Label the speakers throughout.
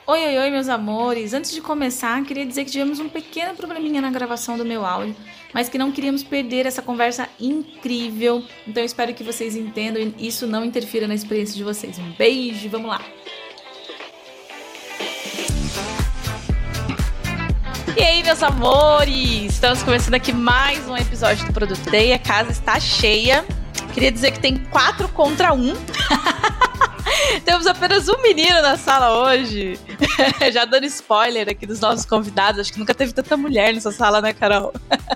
Speaker 1: Oi, oi, oi, meus amores. Antes de começar, queria dizer que tivemos um pequeno probleminha na gravação do meu áudio, mas que não queríamos perder essa conversa incrível. Então eu espero que vocês entendam e isso não interfira na experiência de vocês. Um beijo e vamos lá! E aí, meus amores? Estamos começando aqui mais um episódio do Produto Day. A casa está cheia. Queria dizer que tem 4 contra 1. Temos apenas um menino na sala hoje. Já dando spoiler aqui dos nossos convidados. Acho que nunca teve tanta mulher nessa sala, né, Carol?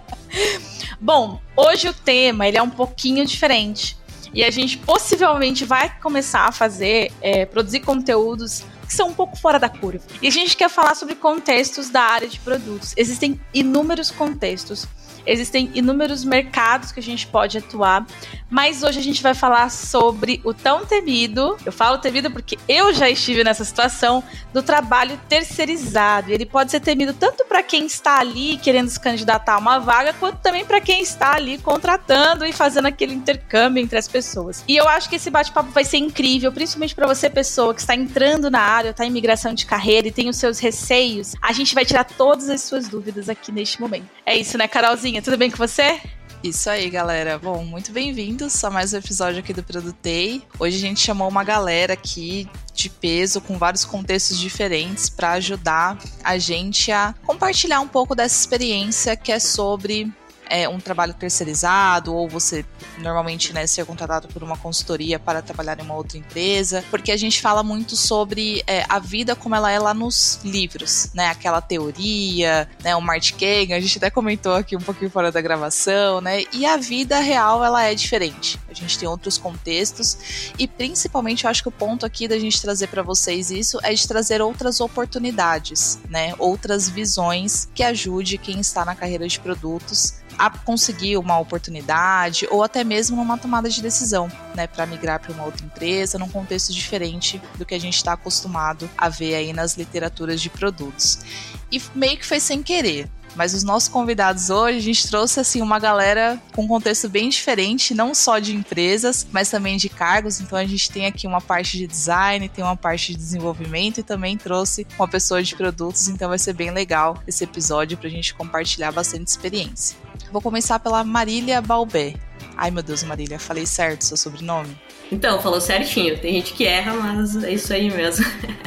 Speaker 1: Bom, hoje o tema ele é um pouquinho diferente. E a gente possivelmente vai começar a fazer, produzir conteúdos que são um pouco fora da curva. E a gente quer falar sobre contextos da área de produtos. Existem inúmeros contextos. Existem inúmeros mercados que a gente pode atuar, mas hoje a gente vai falar sobre o tão temido, eu falo temido porque eu já estive nessa situação, do trabalho terceirizado. E ele pode ser temido tanto para quem está ali querendo se candidatar a uma vaga, quanto também para quem está ali contratando e fazendo aquele intercâmbio entre as pessoas. E eu acho que esse bate-papo vai ser incrível, principalmente para você, pessoa que está entrando na área, está em migração de carreira e tem os seus receios. A gente vai tirar todas as suas dúvidas aqui neste momento. É isso, né, Carolzinha? Tudo bem com você?
Speaker 2: Isso aí, galera. Bom, muito bem-vindos a mais um episódio aqui do Produtei. Hoje a gente chamou uma galera aqui de peso, com vários contextos diferentes, para ajudar a gente a compartilhar um pouco dessa experiência que é sobre um trabalho terceirizado, ou você normalmente, né, ser contratado por uma consultoria para trabalhar em uma outra empresa, porque a gente fala muito sobre a vida como ela é lá nos livros, né, aquela teoria, né, o Martin Kagan, a gente até comentou aqui um pouquinho fora da gravação, né, e a vida real ela é diferente, a gente tem outros contextos, e principalmente eu acho que o ponto aqui da gente trazer para vocês isso é de trazer outras oportunidades, né, outras visões que ajude quem está na carreira de produtos a conseguir uma oportunidade ou até mesmo numa tomada de decisão, né, para migrar para uma outra empresa num contexto diferente do que a gente está acostumado a ver aí nas literaturas de produtos. E meio que foi sem querer, mas os nossos convidados hoje, a gente trouxe assim uma galera com um contexto bem diferente, não só de empresas, mas também de cargos. Então a gente tem aqui uma parte de design, tem uma parte de desenvolvimento e também trouxe uma pessoa de produtos, então vai ser bem legal esse episódio pra gente compartilhar bastante experiência. Vou começar pela Marília Balbé. Ai meu Deus, Marília, falei certo seu sobrenome?
Speaker 3: Então, falou certinho. Tem gente que erra, mas é isso aí mesmo.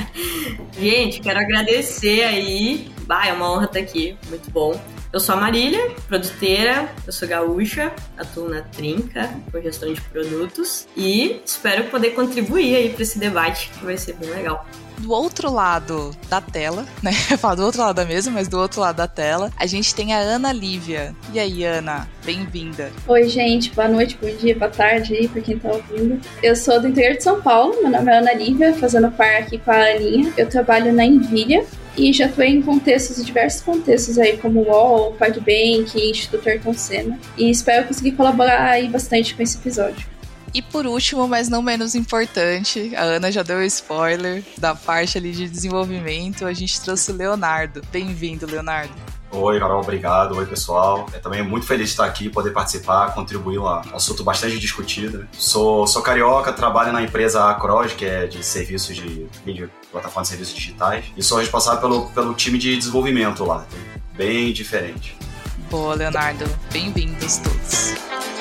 Speaker 3: Gente, quero agradecer aí. É uma honra estar aqui, muito bom. Eu sou a Marília, produteira, eu sou gaúcha, atuo na Trinca, com gestão de produtos, e espero poder contribuir aí para esse debate, que vai ser bem legal.
Speaker 2: Do outro lado da tela, né? Eu falo do outro lado da mesa, mas do outro lado da tela, a gente tem a Ana Lívia. E aí, Ana? Bem-vinda.
Speaker 4: Oi, gente. Boa noite, bom dia, boa tarde aí pra quem tá ouvindo. Eu sou do interior de São Paulo, meu nome é Ana Lívia, fazendo par aqui com a Aninha. Eu trabalho na Nvidia e já atuei em diversos contextos aí, como UOL, PagBank, Instituto Ayrton Senna. E espero conseguir colaborar aí bastante com esse episódio.
Speaker 2: E por último, mas não menos importante, a Ana já deu spoiler da parte ali de desenvolvimento, a gente trouxe o Leonardo. Bem-vindo, Leonardo.
Speaker 5: Oi, Carol, obrigado. Oi, pessoal. Eu também muito feliz de estar aqui, poder participar, contribuir um assunto bastante discutido. Sou carioca, trabalho na empresa Acros, que é de serviços de plataforma de serviços digitais, e sou responsável pelo time de desenvolvimento lá. Bem diferente.
Speaker 2: Boa, Leonardo. Bem-vindos todos.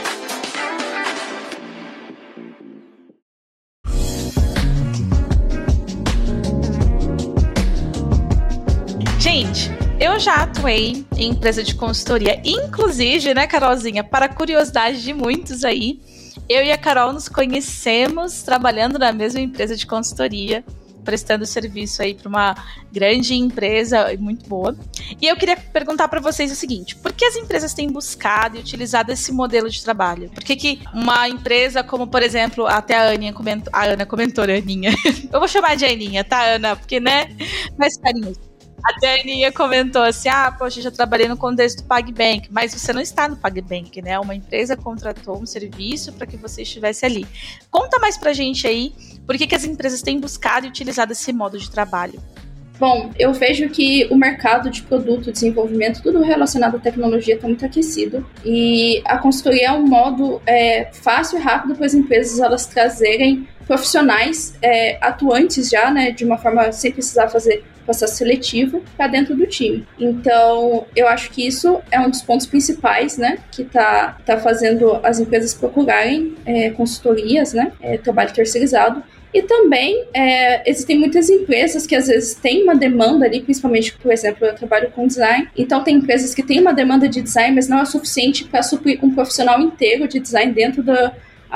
Speaker 1: Gente, eu já atuei em empresa de consultoria, inclusive, né, Carolzinha, para curiosidade de muitos aí, eu e a Carol nos conhecemos trabalhando na mesma empresa de consultoria, prestando serviço aí para uma grande empresa muito boa. E eu queria perguntar para vocês o seguinte: por que as empresas têm buscado e utilizado esse modelo de trabalho? Por que uma empresa como, por exemplo, até a Ana comentou, né, Aninha? Eu vou chamar de Aninha, tá, Ana? Porque, né, mais carinhoso. A Daninha comentou assim, poxa, já trabalhei no contexto do PagBank, mas você não está no PagBank, né? Uma empresa contratou um serviço para que você estivesse ali. Conta mais pra gente aí, por que as empresas têm buscado e utilizado esse modo de trabalho?
Speaker 4: Bom, eu vejo que o mercado de produto, desenvolvimento, tudo relacionado à tecnologia está muito aquecido e a consultoria é um modo fácil e rápido para as empresas elas trazerem profissionais atuantes já, né, de uma forma sem precisar fazer processo seletivo para dentro do time. Então, eu acho que isso é um dos pontos principais, né, que tá fazendo as empresas procurarem consultorias, né, trabalho terceirizado. E também existem muitas empresas que às vezes têm uma demanda ali, principalmente, por exemplo, eu trabalho com design, então tem empresas que têm uma demanda de design, mas não é suficiente para suprir um profissional inteiro de design dentro dos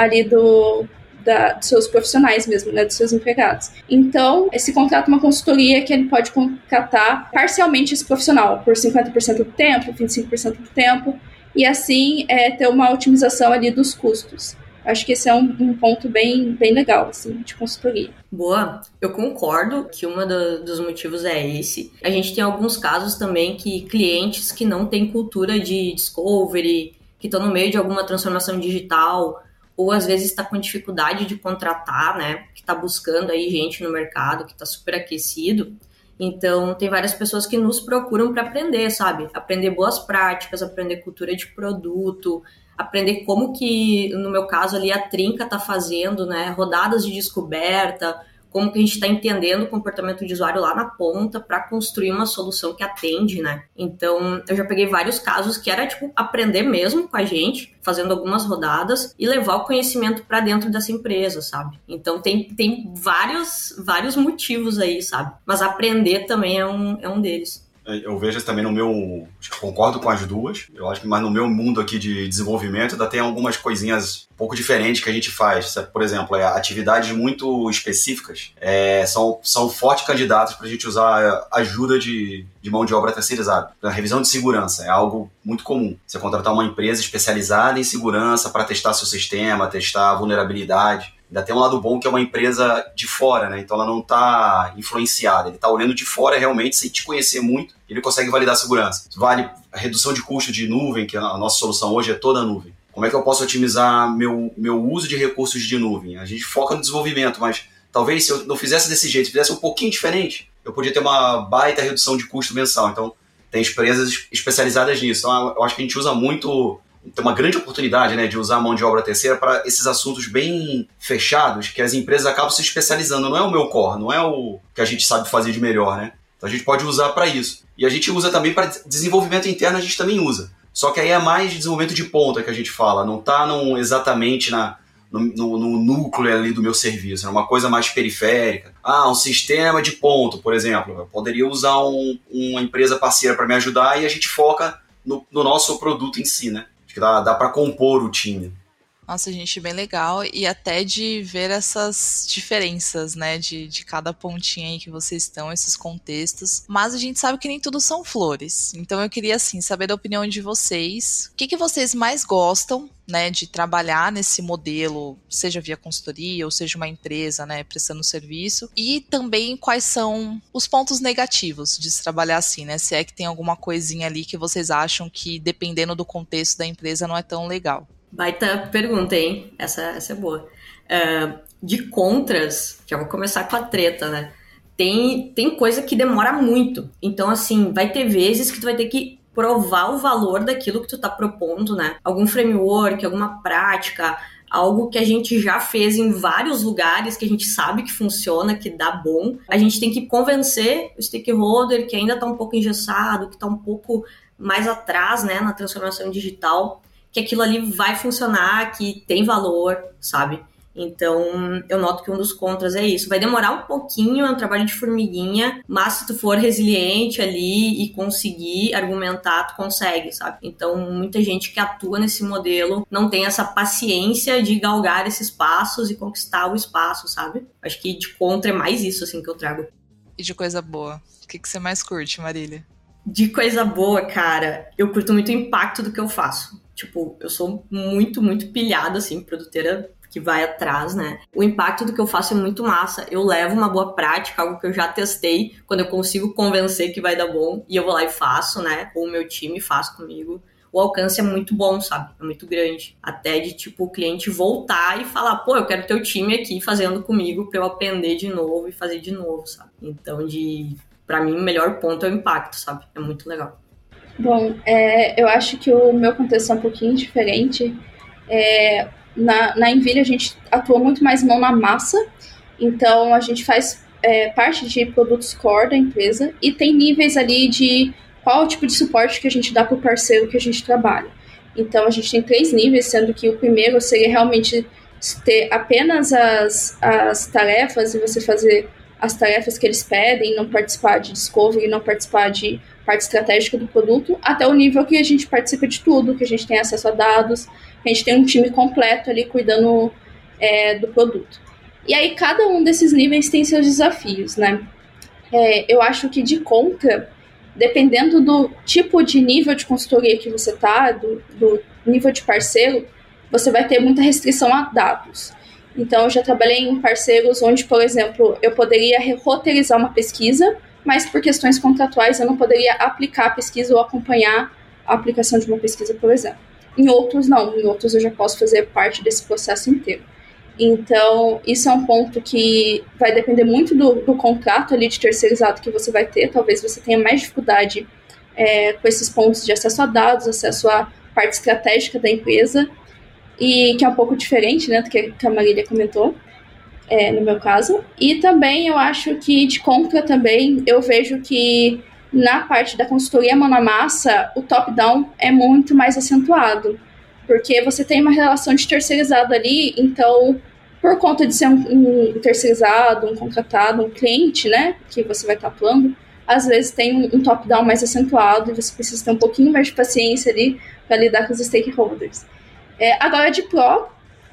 Speaker 4: seus profissionais mesmo, né, dos seus empregados. Então, se contrata uma consultoria que ele pode contratar parcialmente esse profissional, por 50% do tempo, 25% do tempo, e assim ter uma otimização ali dos custos. Acho que esse é um ponto bem, bem legal, assim, de consultoria.
Speaker 3: Boa, eu concordo que dos motivos é esse. A gente tem alguns casos também que clientes que não têm cultura de discovery, que estão no meio de alguma transformação digital, ou às vezes está com dificuldade de contratar, né, que está buscando aí gente no mercado, que está super aquecido. Então, tem várias pessoas que nos procuram para aprender, sabe? Aprender boas práticas, aprender cultura de produto, aprender como que, no meu caso ali, a Trinca está fazendo, né, rodadas de descoberta, como que a gente está entendendo o comportamento de usuário lá na ponta para construir uma solução que atende, né? Então, eu já peguei vários casos que era, tipo, aprender mesmo com a gente, fazendo algumas rodadas e levar o conhecimento para dentro dessa empresa, sabe? Então, tem vários motivos aí, sabe? Mas aprender também é um deles.
Speaker 5: Eu vejo também no meu... Acho que concordo com as duas. Eu acho que mais no meu mundo aqui de desenvolvimento ainda tem algumas coisinhas um pouco diferentes que a gente faz. Por exemplo, atividades muito específicas são fortes candidatos para a gente usar ajuda de mão de obra terceirizada. A revisão de segurança é algo muito comum. Você contratar uma empresa especializada em segurança para testar seu sistema, testar a vulnerabilidade. Ainda tem um lado bom que é uma empresa de fora, né? Então ela não está influenciada. Ele está olhando de fora realmente, sem te conhecer muito, ele consegue validar a segurança. Vale a redução de custo de nuvem, que a nossa solução hoje é toda nuvem. Como é que eu posso otimizar meu uso de recursos de nuvem? A gente foca no desenvolvimento, mas talvez se eu não fizesse desse jeito, fizesse um pouquinho diferente, eu podia ter uma baita redução de custo mensal. Então tem empresas especializadas nisso. Então eu acho que a gente usa muito... Tem uma grande oportunidade, né, de usar a mão de obra terceira para esses assuntos bem fechados que as empresas acabam se especializando. Não é o meu core, não é o que a gente sabe fazer de melhor, né? Então a gente pode usar para isso. E a gente usa também para desenvolvimento interno, a gente também usa. Só que aí é mais desenvolvimento de ponta que a gente fala, não está exatamente no núcleo ali do meu serviço, é uma coisa mais periférica. Um sistema de ponto, por exemplo. Eu poderia usar uma empresa parceira para me ajudar e a gente foca no nosso produto em si, né? Que dá para compor o time.
Speaker 2: Nossa, gente, bem legal. E até de ver essas diferenças, né, de cada pontinha aí que vocês estão, esses contextos. Mas a gente sabe que nem tudo são flores. Então eu queria, assim, saber da opinião de vocês. O que vocês mais gostam, né, de trabalhar nesse modelo, seja via consultoria ou seja uma empresa, né, prestando serviço, e também quais são os pontos negativos de se trabalhar assim, né, se é que tem alguma coisinha ali que vocês acham que, dependendo do contexto da empresa, não é tão legal.
Speaker 3: Baita pergunta, hein? Essa é boa. De contras, já vou começar com a treta, né? Tem coisa que demora muito, então assim, vai ter vezes que tu vai ter que provar o valor daquilo que tu tá propondo, né? Algum framework, alguma prática, algo que a gente já fez em vários lugares, que a gente sabe que funciona, que dá bom. A gente tem que convencer o stakeholder que ainda tá um pouco engessado, que tá um pouco mais atrás, né, na transformação digital, que aquilo ali vai funcionar, que tem valor, sabe? Então, eu noto que um dos contras é isso. Vai demorar um pouquinho, é um trabalho de formiguinha, mas se tu for resiliente ali e conseguir argumentar, tu consegue, sabe? Então, muita gente que atua nesse modelo não tem essa paciência de galgar esses passos e conquistar o espaço, sabe? Acho que de contra é mais isso, assim, que eu trago.
Speaker 2: E de coisa boa? O que você mais curte, Marília?
Speaker 3: De coisa boa, cara, eu curto muito o impacto do que eu faço. Tipo, eu sou muito, muito pilhada, assim, produteira que vai atrás, né? O impacto do que eu faço é muito massa. Eu levo uma boa prática, algo que eu já testei, quando eu consigo convencer que vai dar bom, e eu vou lá e faço, né? Ou o meu time faz comigo. O alcance é muito bom, sabe? É muito grande. Até de, tipo, o cliente voltar e falar, pô, eu quero teu time aqui fazendo comigo pra eu aprender de novo e fazer de novo, sabe? Então, pra mim, o melhor ponto é o impacto, sabe? É muito legal.
Speaker 4: Bom, eu acho que o meu contexto é um pouquinho diferente. Na Envilha a gente atua muito mais mão na massa, então a gente faz parte de produtos core da empresa e tem níveis ali de qual tipo de suporte que a gente dá para o parceiro que a gente trabalha. Então a gente tem 3 níveis, sendo que o primeiro seria realmente ter apenas as tarefas e você fazer as tarefas que eles pedem, não participar de discovery, não participar de parte estratégica do produto, até o nível que a gente participa de tudo, que a gente tem acesso a dados, que a gente tem um time completo ali cuidando do produto. E aí cada um desses níveis tem seus desafios, né? Eu acho que de conta, dependendo do tipo de nível de consultoria que você tá, do nível de parceiro, você vai ter muita restrição a dados. Então, eu já trabalhei em parceiros onde, por exemplo, eu poderia roteirizar uma pesquisa, mas por questões contratuais eu não poderia aplicar a pesquisa ou acompanhar a aplicação de uma pesquisa, por exemplo. Em outros, não. Em outros, eu já posso fazer parte desse processo inteiro. Então, isso é um ponto que vai depender muito do contrato ali de terceirizado que você vai ter. Talvez você tenha mais dificuldade com esses pontos de acesso a dados, acesso à parte estratégica da empresa, e que é um pouco diferente, né, do que a Marília comentou, no meu caso. E também eu acho que de conta também, eu vejo que na parte da consultoria mão na massa, o top-down é muito mais acentuado, porque você tem uma relação de terceirizado ali, então, por conta de ser um terceirizado, um contratado, um cliente, né, que você vai estar atuando, às vezes tem um top-down mais acentuado e você precisa ter um pouquinho mais de paciência ali para lidar com os stakeholders. Agora, de Pro,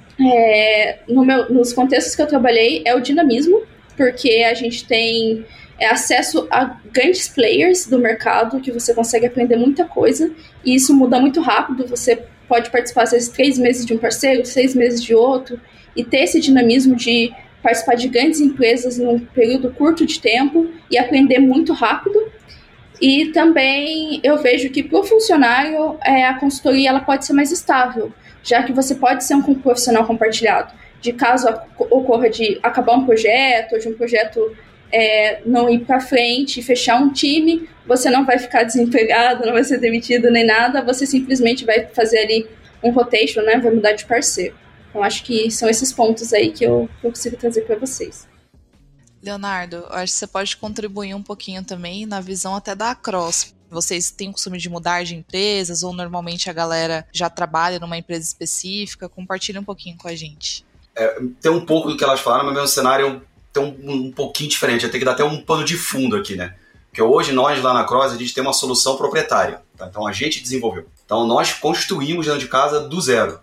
Speaker 4: nos contextos que eu trabalhei, é o dinamismo, porque a gente tem acesso a grandes players do mercado, que você consegue aprender muita coisa, e isso muda muito rápido. Você pode participar, às vezes, 3 meses de um parceiro, 6 meses de outro, e ter esse dinamismo de participar de grandes empresas num período curto de tempo e aprender muito rápido. E também eu vejo que para o funcionário a consultoria ela pode ser mais estável, já que você pode ser um profissional compartilhado. De caso ocorra de acabar um projeto, ou de um projeto não ir para frente, fechar um time, você não vai ficar desempregado, não vai ser demitido nem nada, você simplesmente vai fazer ali um rotation, né? Vai mudar de parceiro. Então acho que são esses pontos aí que eu consigo trazer para vocês.
Speaker 2: Leonardo, acho que você pode contribuir um pouquinho também na visão até da Across. Vocês têm o costume de mudar de empresas ou normalmente a galera já trabalha numa empresa específica? Compartilha um pouquinho com a gente.
Speaker 5: Tem um pouco do que elas falaram, mas meu cenário tem um pouquinho diferente. Eu tenho que dar até um pano de fundo aqui, né? Porque hoje nós lá na Across a gente tem uma solução proprietária. Tá? Então a gente desenvolveu. Então nós construímos dentro de casa do zero.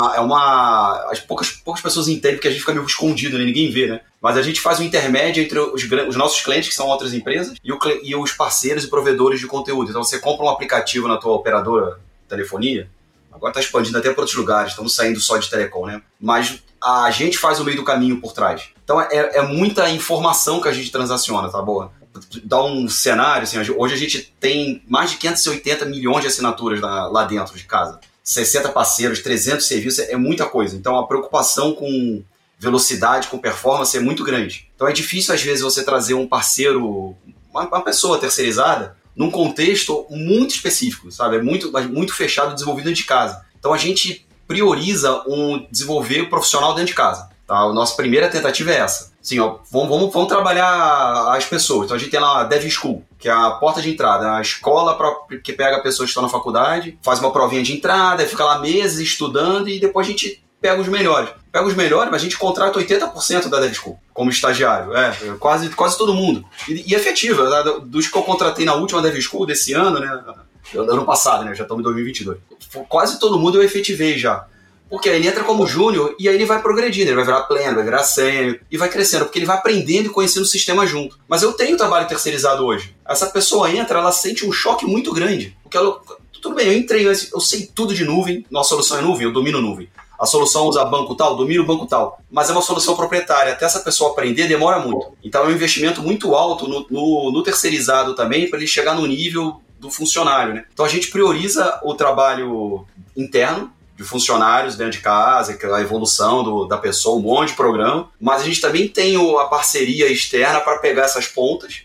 Speaker 5: As poucas pessoas entendem porque a gente fica meio escondido, né? Ninguém vê, né? Mas a gente faz um intermédio entre os nossos clientes, que são outras empresas, e os parceiros e provedores de conteúdo. Então você compra um aplicativo na tua operadora de telefonia, agora está expandindo até para outros lugares, estamos saindo só de telecom, né? Mas a gente faz o meio do caminho por trás. Então é muita informação que a gente transaciona, tá bom? Dá um cenário, assim, hoje a gente tem mais de 580 milhões de assinaturas lá dentro de casa. 60 parceiros, 300 serviços, é muita coisa. Então a preocupação com velocidade, com performance é muito grande. Então é difícil às vezes você trazer um parceiro, uma pessoa terceirizada, num contexto muito específico, sabe? É muito fechado, desenvolvido dentro de casa. Então a gente prioriza desenvolver o profissional dentro de casa. Tá? A nossa primeira tentativa é essa. Assim, ó, vamos trabalhar as pessoas. Então a gente tem lá a Dev School, que é a porta de entrada, a escola que pega pessoas que estão na faculdade, faz uma provinha de entrada, fica lá meses estudando e depois a gente pega os melhores. Mas a gente contrata 80% da Dev School como estagiário. Quase todo mundo. E efetiva. Tá? Dos que eu contratei na última Dev School desse ano, né? Ano passado, né? Já estamos em 2022. Quase todo mundo eu efetivei já. Porque aí ele entra como júnior e aí ele vai progredindo, ele vai virar pleno, vai virar sênior e vai crescendo, porque ele vai aprendendo e conhecendo o sistema junto. Mas eu tenho trabalho terceirizado hoje. Essa pessoa entra, ela sente um choque muito grande. Porque tudo bem, eu entrei, eu sei tudo de nuvem, nossa solução é nuvem, eu domino nuvem. A solução usa banco tal, domino banco tal. Mas é uma solução proprietária, até essa pessoa aprender demora muito. Então é um investimento muito alto no terceirizado também, para ele chegar no nível do funcionário, né? Então a gente prioriza o trabalho interno, de funcionários dentro de casa, a evolução da pessoa, um monte de programa, mas a gente também tem a parceria externa para pegar essas pontas,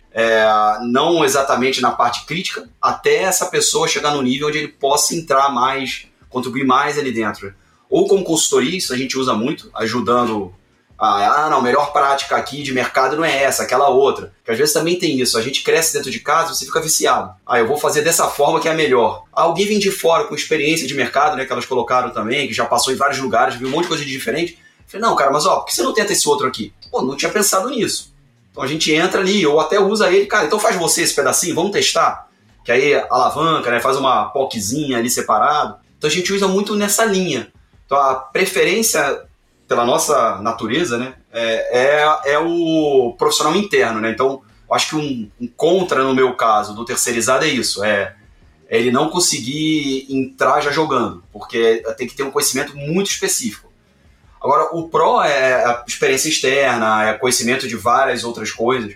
Speaker 5: não exatamente na parte crítica, até essa pessoa chegar no nível onde ele possa entrar mais, contribuir mais ali dentro. ou como consultoria, isso a gente usa muito, ajudando não, a melhor prática aqui de mercado não é essa, aquela outra. Porque às vezes também tem isso, a gente cresce dentro de casa e você fica viciado. Eu vou fazer dessa forma que é a melhor. Alguém vem de fora com experiência de mercado, né, que elas colocaram também, que já passou em vários lugares, viu um monte de coisa de diferente. Eu falei, não, cara, mas por que você não tenta esse outro aqui? Pô, não tinha pensado nisso. Então a gente entra ali, ou até usa ele, cara, então faz você esse pedacinho, vamos testar? Que aí alavanca, né, faz uma POCzinha ali separado. Então a gente usa muito nessa linha. Então a preferência pela nossa natureza, né, é o profissional interno, né? Então, eu acho que um contra, no meu caso, do terceirizado é isso, é ele não conseguir entrar já jogando, porque tem que ter um conhecimento muito específico. Agora, o pró é a experiência externa, é conhecimento de várias outras coisas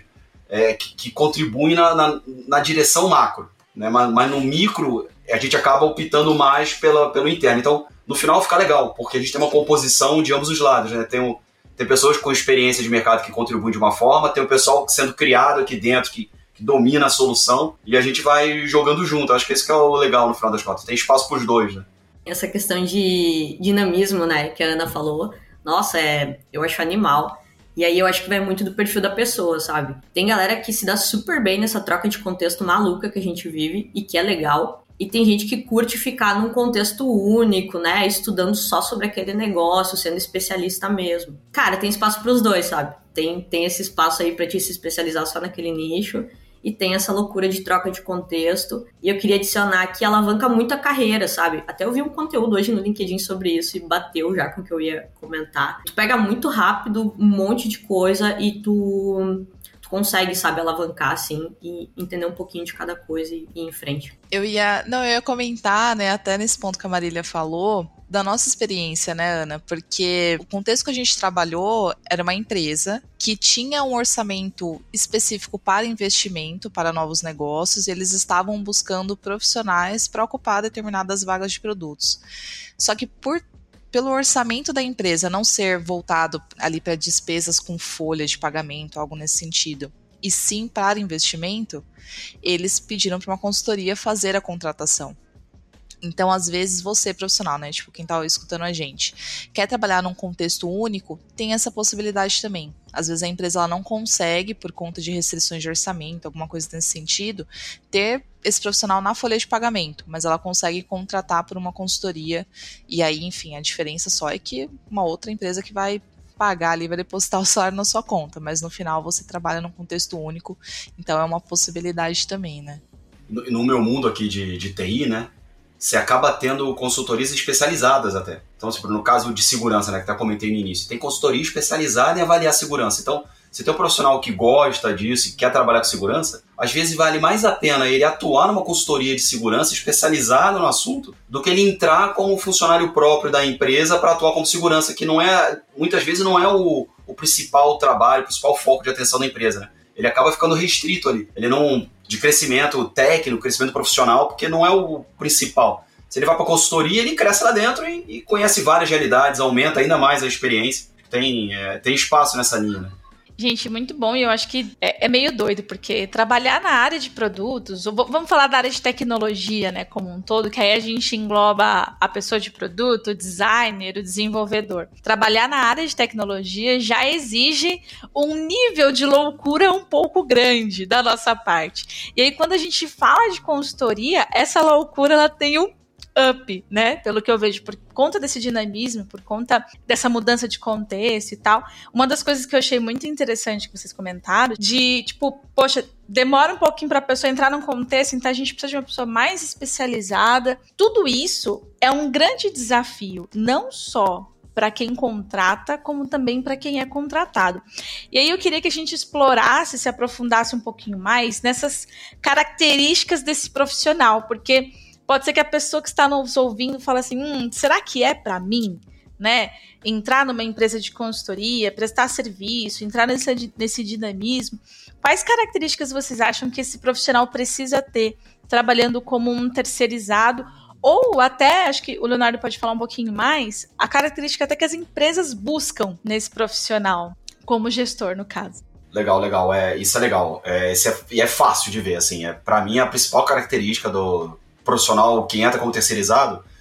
Speaker 5: que contribuem na direção macro, né? Mas no micro, a gente acaba optando mais pelo interno. Então, no final fica legal, porque a gente tem uma composição de ambos os lados, né? Tem pessoas com experiência de mercado que contribuem de uma forma, tem o pessoal sendo criado aqui dentro, que domina a solução, e a gente vai jogando junto. Acho que esse que é o legal no final das contas. Tem espaço para os dois, né?
Speaker 3: Essa questão de dinamismo, né, que a Ana falou, nossa, eu acho animal. E aí eu acho que vai muito do perfil da pessoa, sabe? Tem galera que se dá super bem nessa troca de contexto maluca que a gente vive e que é legal. E tem gente que curte ficar num contexto único, né? Estudando só sobre aquele negócio, sendo especialista mesmo. Cara, tem espaço pros dois, sabe? Tem esse espaço aí pra te se especializar só naquele nicho. E tem essa loucura de troca de contexto. E eu queria adicionar que alavanca muito a carreira, sabe? Até eu vi um conteúdo hoje no LinkedIn sobre isso e bateu já com o que eu ia comentar. Tu pega muito rápido um monte de coisa e tu consegue, sabe, alavancar, assim, e entender um pouquinho de cada coisa e ir em frente.
Speaker 2: Eu ia comentar, né, até nesse ponto que a Marília falou, da nossa experiência, né, Ana? Porque o contexto que a gente trabalhou era uma empresa que tinha um orçamento específico para investimento, para novos negócios, e eles estavam buscando profissionais para ocupar determinadas vagas de produtos. Só que pelo orçamento da empresa não ser voltado ali para despesas com folha de pagamento, algo nesse sentido, e sim para investimento, eles pediram para uma consultoria fazer a contratação. Então, às vezes, você, profissional, né, tipo, quem tá escutando a gente, quer trabalhar num contexto único, tem essa possibilidade também. Às vezes a empresa ela não consegue, por conta de restrições de orçamento, alguma coisa nesse sentido, ter esse profissional na folha de pagamento, mas ela consegue contratar por uma consultoria, e aí, enfim, a diferença só é que uma outra empresa que vai pagar ali, vai depositar o salário na sua conta, mas no final você trabalha num contexto único, então é uma possibilidade também, né?
Speaker 5: No meu mundo aqui de TI, né, você acaba tendo consultorias especializadas até. Então, no caso de segurança, né, que eu comentei no início, tem consultoria especializada em avaliar segurança. Então, se tem um profissional que gosta disso e quer trabalhar com segurança, às vezes vale mais a pena ele atuar numa consultoria de segurança especializada no assunto do que ele entrar como funcionário próprio da empresa para atuar como segurança, que muitas vezes não é o principal trabalho, o principal foco de atenção da empresa, né? Ele acaba ficando restrito ali. Ele não... de crescimento técnico, crescimento profissional, porque não é o principal. Se ele vai para a consultoria, ele cresce lá dentro e conhece várias realidades, aumenta ainda mais a experiência. Tem espaço nessa linha, né?
Speaker 1: Gente, muito bom, e eu acho que é meio doido, porque trabalhar na área de produtos, ou vamos falar da área de tecnologia, né, como um todo, que aí a gente engloba a pessoa de produto, o designer, o desenvolvedor. Trabalhar na área de tecnologia já exige um nível de loucura um pouco grande da nossa parte. E aí, quando a gente fala de consultoria, essa loucura, ela tem um up, né? Pelo que eu vejo, por conta desse dinamismo, por conta dessa mudança de contexto e tal. Uma das coisas que eu achei muito interessante que vocês comentaram, de tipo, poxa, demora um pouquinho para a pessoa entrar num contexto, então a gente precisa de uma pessoa mais especializada. Tudo isso é um grande desafio, não só para quem contrata, como também para quem é contratado. E aí eu queria que a gente explorasse, se aprofundasse um pouquinho mais nessas características desse profissional, porque pode ser que a pessoa que está nos ouvindo fale assim, será que é para mim, né? Entrar numa empresa de consultoria, prestar serviço, entrar nesse dinamismo. Quais características vocês acham que esse profissional precisa ter, trabalhando como um terceirizado? Ou até, acho que o Leonardo pode falar um pouquinho mais, a característica até que as empresas buscam nesse profissional, como gestor, no caso.
Speaker 5: Legal. Isso é legal. E é fácil de ver, assim. Para mim, a principal característica do profissional que entra como terceirizado,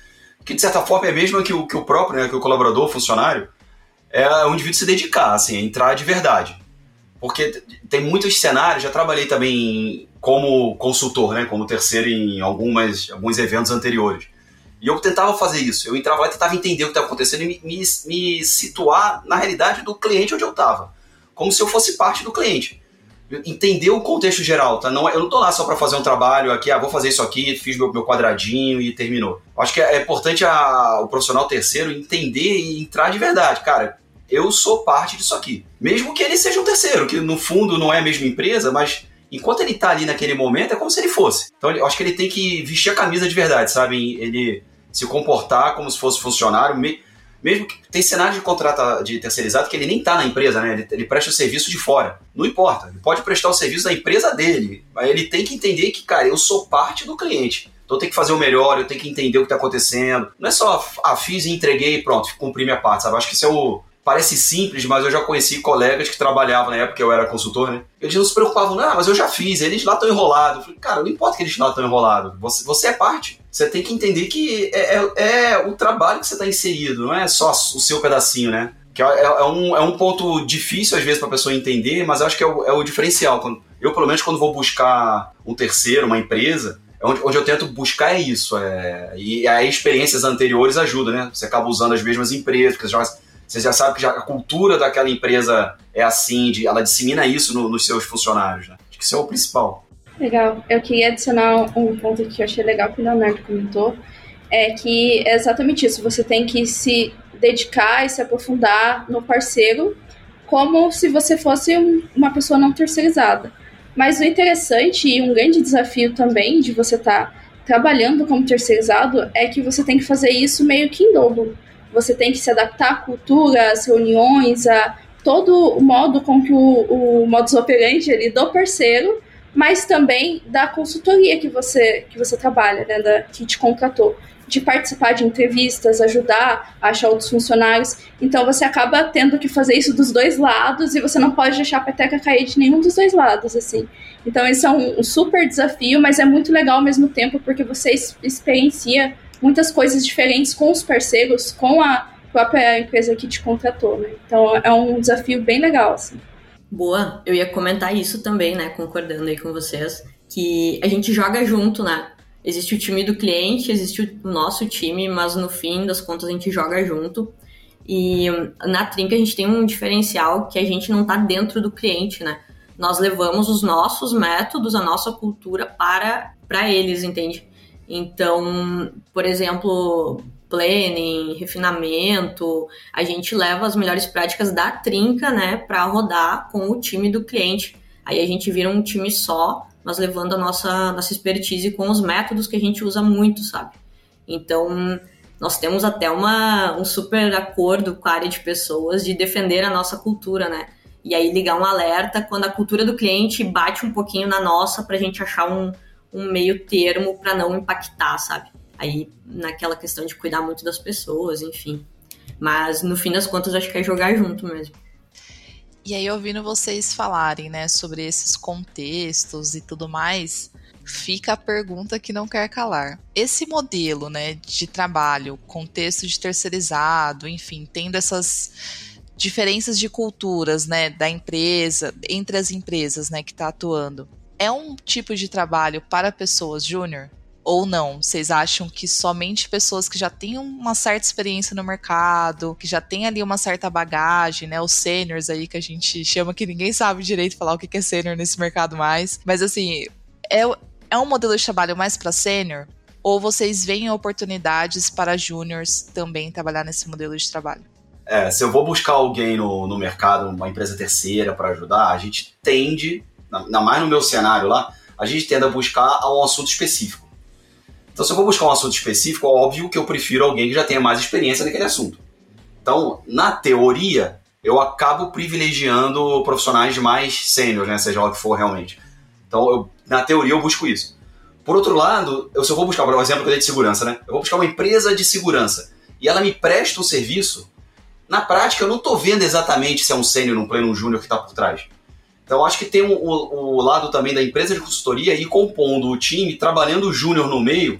Speaker 5: que de certa forma é a mesma que o próprio, né, que o colaborador, o funcionário, é o indivíduo se dedicar, assim, a entrar de verdade. Porque tem muitos cenários, já trabalhei também como consultor, né, como terceiro em alguns eventos anteriores. E eu tentava fazer isso, eu entrava lá e tentava entender o que estava acontecendo e me situar na realidade do cliente onde eu estava, como se eu fosse parte do cliente. Entender o contexto geral, tá? Eu não estou lá só para fazer um trabalho aqui, vou fazer isso aqui, fiz meu quadradinho e terminou. Acho que é importante o profissional terceiro entender e entrar de verdade. Cara, eu sou parte disso aqui. Mesmo que ele seja um terceiro, que no fundo não é a mesma empresa, mas enquanto ele está ali naquele momento, é como se ele fosse. Então eu acho que ele tem que vestir a camisa de verdade, sabe? Ele se comportar como se fosse funcionário, mesmo que tem cenário de contrato de terceirizado que ele nem está na empresa, né? Ele presta o serviço de fora. Não importa, ele pode prestar o serviço da empresa dele, mas ele tem que entender que, cara, eu sou parte do cliente. Então eu tenho que fazer o melhor, eu tenho que entender o que está acontecendo. Não é só, fiz e entreguei e pronto, cumpri minha parte, sabe? Acho que isso parece simples, mas eu já conheci colegas que trabalhavam na época que eu era consultor, né? Eles não se preocupavam, mas eu já fiz, eles lá estão enrolados. Eu falei, cara, não importa que eles lá estão enrolados, você é parte. Você tem que entender que é o trabalho que você está inserido, não é só o seu pedacinho, né? Que é um ponto difícil às vezes para a pessoa entender, mas eu acho que é o diferencial. Eu, pelo menos, quando vou buscar um terceiro, uma empresa, onde eu tento buscar é isso. E as experiências anteriores ajudam, né? Você acaba usando as mesmas empresas, porque você já sabe que a cultura daquela empresa é assim, ela dissemina isso nos seus funcionários, né? Acho que isso é o principal.
Speaker 4: Legal. Eu queria adicionar um ponto que eu achei legal que o Leonardo comentou, é que é exatamente isso. Você tem que se dedicar e se aprofundar no parceiro como se você fosse uma pessoa não terceirizada. Mas o interessante e um grande desafio também de você estar trabalhando como terceirizado é que você tem que fazer isso meio que em dobro. Você tem que se adaptar à cultura, às reuniões, a todo o modo com que o modus operandi ali do parceiro, mas também da consultoria que você trabalha, né, que te contratou, de participar de entrevistas, ajudar a achar outros funcionários. Então você acaba tendo que fazer isso dos dois lados e você não pode deixar a peteca cair de nenhum dos dois lados, assim. Então isso é um super desafio, mas é muito legal ao mesmo tempo porque você experiencia muitas coisas diferentes com os parceiros, com a própria empresa que te contratou, né? Então é um desafio bem legal, assim.
Speaker 3: Boa, eu ia comentar isso também, né, concordando aí com vocês, que a gente joga junto, né? Existe o time do cliente, existe o nosso time, mas no fim das contas a gente joga junto. E na Trinca a gente tem um diferencial que a gente não tá dentro do cliente, né? Nós levamos os nossos métodos, a nossa cultura para eles, entende? Então, por exemplo, planning, refinamento, a gente leva as melhores práticas da Trinca, né, para rodar com o time do cliente. Aí a gente vira um time só, mas levando a nossa expertise com os métodos que a gente usa muito, sabe? Então, nós temos até um super acordo com a área de pessoas de defender a nossa cultura, né? E aí ligar um alerta quando a cultura do cliente bate um pouquinho na nossa pra gente achar um meio termo para não impactar, sabe? Aí, naquela questão de cuidar muito das pessoas, enfim. Mas, no fim das contas, acho que é jogar junto mesmo.
Speaker 2: E aí, ouvindo vocês falarem, né, sobre esses contextos e tudo mais, fica a pergunta que não quer calar. Esse modelo, né, de trabalho, contexto de terceirizado, enfim, tendo essas diferenças de culturas, né, da empresa, entre as empresas, né, que está atuando, é um tipo de trabalho para pessoas júnior? Ou não? Vocês acham que somente pessoas que já têm uma certa experiência no mercado, que já têm ali uma certa bagagem, né? Os sêniors aí que a gente chama, que ninguém sabe direito falar o que é sênior nesse mercado mais. Mas assim, é um modelo de trabalho mais para sênior? Ou vocês veem oportunidades para júniors também trabalhar nesse modelo de trabalho?
Speaker 5: Se eu vou buscar alguém no mercado, uma empresa terceira para ajudar, a gente tende, ainda mais no meu cenário lá, a gente tende a buscar um assunto específico. Então, se eu vou buscar um assunto específico, é óbvio que eu prefiro alguém que já tenha mais experiência naquele assunto. Então, na teoria, eu acabo privilegiando profissionais mais sênior, né? Seja lá o que for realmente. Então, na teoria, eu busco isso. Por outro lado, se eu vou buscar, por exemplo, que eu dei de segurança, né? Eu vou buscar uma empresa de segurança e ela me presta um serviço, na prática, eu não estou vendo exatamente se é um sênior, um pleno, um júnior que está por trás. Então, acho que tem o lado também da empresa de consultoria ir compondo o time, trabalhando o júnior no meio,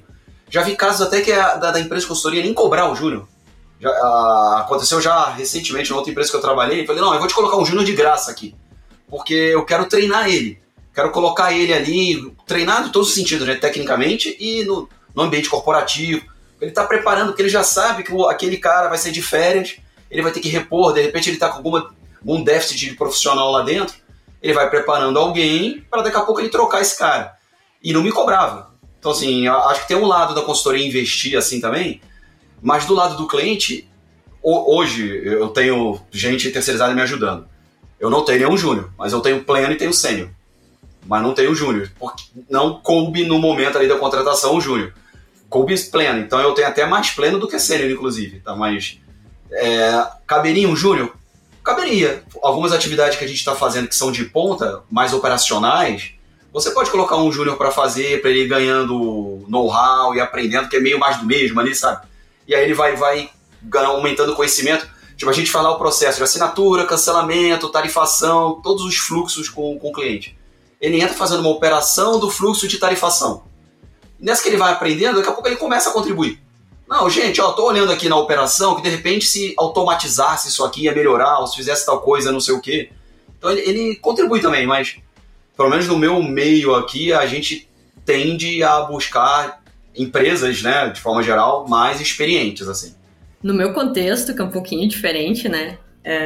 Speaker 5: Já vi casos até que da empresa de consultoria nem cobrar o júnior. Aconteceu já recentemente na outra empresa que eu trabalhei. Eu falei, não, eu vou te colocar um júnior de graça aqui, porque eu quero treinar ele. Quero colocar ele ali, treinar em todos os sentidos, né? Tecnicamente e no ambiente corporativo. Ele está preparando, porque ele já sabe que aquele cara vai sair de férias, ele vai ter que repor, de repente ele está com algum déficit de profissional lá dentro, ele vai preparando alguém para daqui a pouco ele trocar esse cara. E não me cobrava. Então, assim, eu acho que tem um lado da consultoria investir assim também, mas do lado do cliente, hoje eu tenho gente terceirizada me ajudando. Eu não tenho nenhum júnior, mas eu tenho pleno e tenho sênior. Mas não tenho júnior, porque não coube no momento ali da contratação o júnior. Coube pleno, então eu tenho até mais pleno do que sênior, inclusive. Tá? Mas caberia um júnior? Caberia. Algumas atividades que a gente está fazendo que são de ponta, mais operacionais, você pode colocar um júnior para fazer, para ele ir ganhando know-how e aprendendo, que é meio mais do mesmo ali, sabe? E aí ele vai aumentando o conhecimento. Tipo, a gente fala o processo de assinatura, cancelamento, tarifação, todos os fluxos com o cliente. Ele entra fazendo uma operação do fluxo de tarifação. Nessa que ele vai aprendendo, daqui a pouco ele começa a contribuir. Não, gente, tô olhando aqui na operação que de repente se automatizasse isso aqui ia melhorar, ou se fizesse tal coisa, não sei o quê. Então ele contribui também, mas pelo menos no meu meio aqui, a gente tende a buscar empresas, né, de forma geral, mais experientes, assim.
Speaker 3: No meu contexto, que é um pouquinho diferente, né,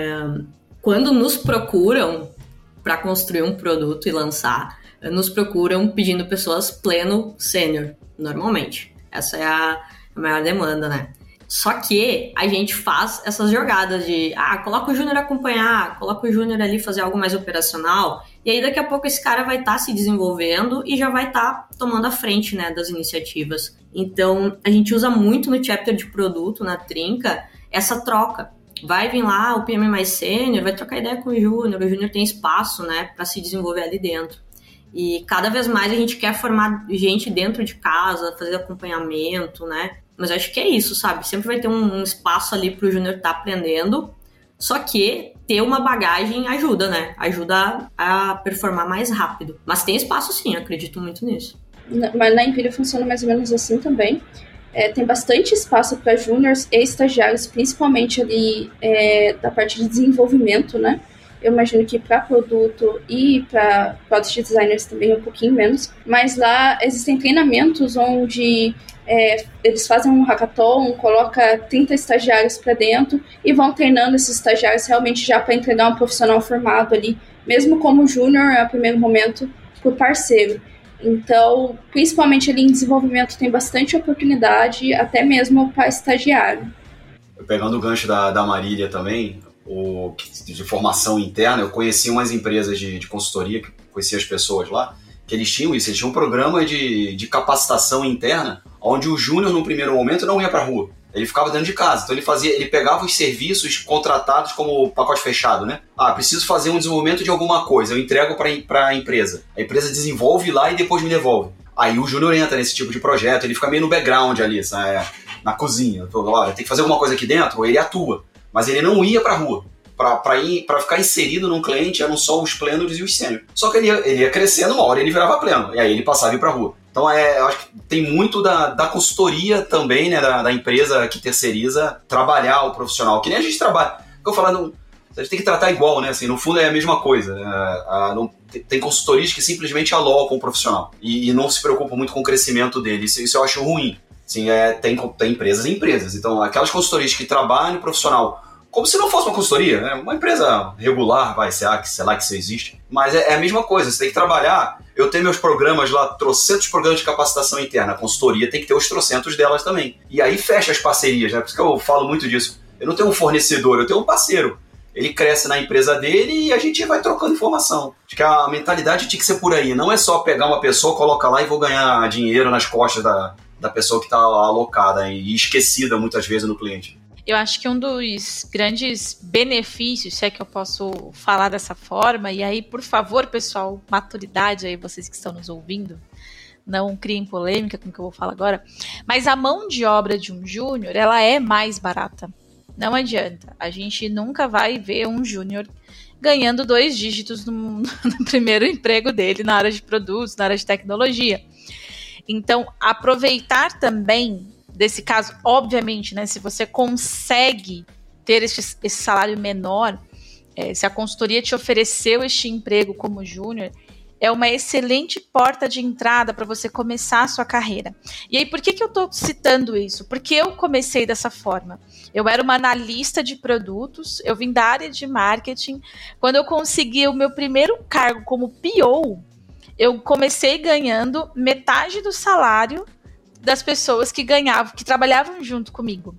Speaker 3: quando nos procuram para construir um produto e lançar, nos procuram pedindo pessoas pleno sênior, normalmente. Essa é a maior demanda, né? Só que a gente faz essas jogadas de, coloca o júnior acompanhar, coloca o júnior ali fazer algo mais operacional, e aí daqui a pouco esse cara vai estar se desenvolvendo e já vai estar tomando a frente, né, das iniciativas. Então, a gente usa muito no chapter de produto, na Trinca, essa troca. Vai vir lá o PM mais sênior, vai trocar ideia com o júnior tem espaço, né, para se desenvolver ali dentro. E cada vez mais a gente quer formar gente dentro de casa, fazer acompanhamento, né? Mas eu acho que é isso, sabe? Sempre vai ter um espaço ali pro júnior estar aprendendo, só que ter uma bagagem ajuda, né? Ajuda a performar mais rápido. Mas tem espaço sim, eu acredito muito nisso.
Speaker 4: Mas na Envilha funciona mais ou menos assim também. Tem bastante espaço para júniors e estagiários, principalmente ali da parte de desenvolvimento, né? Eu imagino que para produto e para product designers também um pouquinho menos. Mas lá existem treinamentos onde eles fazem um hackathon, coloca 30 estagiários para dentro e vão treinando esses estagiários realmente já para entregar um profissional formado ali, mesmo como júnior, a primeiro momento, por parceiro. Então, principalmente ali em desenvolvimento tem bastante oportunidade, até mesmo para estagiário.
Speaker 5: Pegando o gancho da Marília também, de formação interna, eu conheci umas empresas de consultoria, conheci as pessoas lá, que eles tinham isso, eles tinham um programa de capacitação interna, onde o júnior, no primeiro momento, não ia para a rua. Ele ficava dentro de casa. Então ele pegava os serviços contratados como pacote fechado, né? Preciso fazer um desenvolvimento de alguma coisa, eu entrego para a empresa. A empresa desenvolve lá e depois me devolve. Aí o júnior entra nesse tipo de projeto, ele fica meio no background ali, sabe? Na cozinha. Olha, tem que fazer alguma coisa aqui dentro, ele atua. Mas ele não ia para a rua. Para ficar inserido num cliente eram só os plenos e os sênior. Só que ele ia crescendo, uma hora ele virava pleno, e aí ele passava a ir para a rua. Então eu acho que tem muito da consultoria também, né, da empresa que terceiriza, trabalhar o profissional, que nem a gente trabalha. Eu falo, a gente tem que tratar igual, né, assim, no fundo é a mesma coisa. Tem consultorias que simplesmente alocam o profissional e não se preocupam muito com o crescimento dele, isso eu acho ruim. Assim, tem empresas e empresas, então aquelas consultorias que trabalham o profissional como se não fosse uma consultoria, né? Uma empresa regular, sei lá que isso existe. Mas é a mesma coisa, você tem que trabalhar. Eu tenho meus programas lá, trocentos programas de capacitação interna. A consultoria tem que ter os trocentos delas também. E aí fecha as parcerias, né? Por isso que eu falo muito disso. Eu não tenho um fornecedor, eu tenho um parceiro. Ele cresce na empresa dele e a gente vai trocando informação. Acho que a mentalidade tinha que ser por aí. Não é só pegar uma pessoa, colocar lá e vou ganhar dinheiro nas costas da pessoa que está alocada e esquecida muitas vezes no cliente.
Speaker 1: Eu acho que um dos grandes benefícios, se é que eu posso falar dessa forma, e aí, por favor, pessoal, maturidade aí, vocês que estão nos ouvindo, não criem polêmica com o que eu vou falar agora, mas a mão de obra de um júnior, ela é mais barata. Não adianta. A gente nunca vai ver um júnior ganhando 2 dígitos no primeiro emprego dele na área de produtos, na área de tecnologia. Então, aproveitar também desse caso, obviamente, né, se você consegue ter esse salário menor, se a consultoria te ofereceu este emprego como júnior, é uma excelente porta de entrada para você começar a sua carreira. E aí, por que eu estou citando isso? Porque eu comecei dessa forma. Eu era uma analista de produtos, eu vim da área de marketing. Quando eu consegui o meu primeiro cargo como PO, eu comecei ganhando metade do salário das pessoas que trabalhavam junto comigo.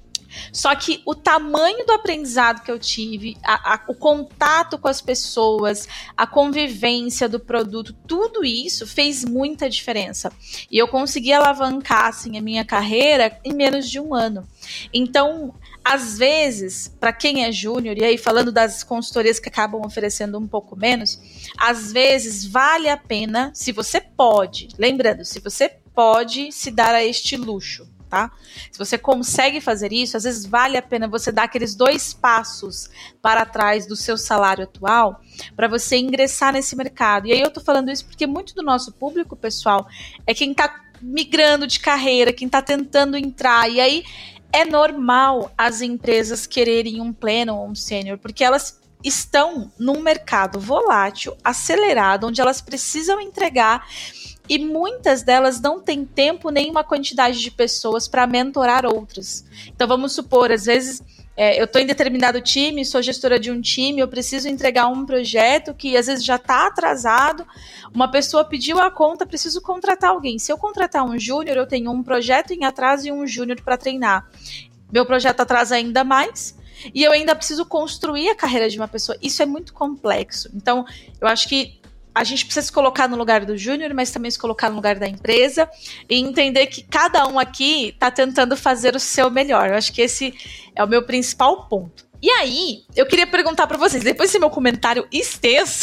Speaker 1: Só que o tamanho do aprendizado que eu tive, o contato com as pessoas, a convivência do produto, tudo isso fez muita diferença. E eu consegui alavancar assim, a minha carreira em menos de um ano. Então, às vezes, para quem é júnior, e aí falando das consultorias que acabam oferecendo um pouco menos, às vezes vale a pena, se você pode, lembrando, se você pode se dar a este luxo, tá? Se você consegue fazer isso, às vezes vale a pena você dar aqueles 2 passos para trás do seu salário atual para você ingressar nesse mercado. E aí eu tô falando isso porque muito do nosso público, pessoal, é quem tá migrando de carreira, quem tá tentando entrar. E aí é normal as empresas quererem um pleno ou um sênior, porque elas estão num mercado volátil, acelerado, onde elas precisam entregar. E muitas delas não têm tempo nem uma quantidade de pessoas para mentorar outras. Então vamos supor, às vezes eu estou em determinado time, sou gestora de um time, eu preciso entregar um projeto que às vezes já está atrasado, uma pessoa pediu a conta, preciso contratar alguém. Se eu contratar um júnior, eu tenho um projeto em atraso e um júnior para treinar. Meu projeto atrasa ainda mais e eu ainda preciso construir a carreira de uma pessoa. Isso é muito complexo. Então eu acho que a gente precisa se colocar no lugar do júnior, mas também se colocar no lugar da empresa e entender que cada um aqui está tentando fazer o seu melhor. Eu acho que esse é o meu principal ponto. E aí, eu queria perguntar para vocês, depois desse meu comentário extenso,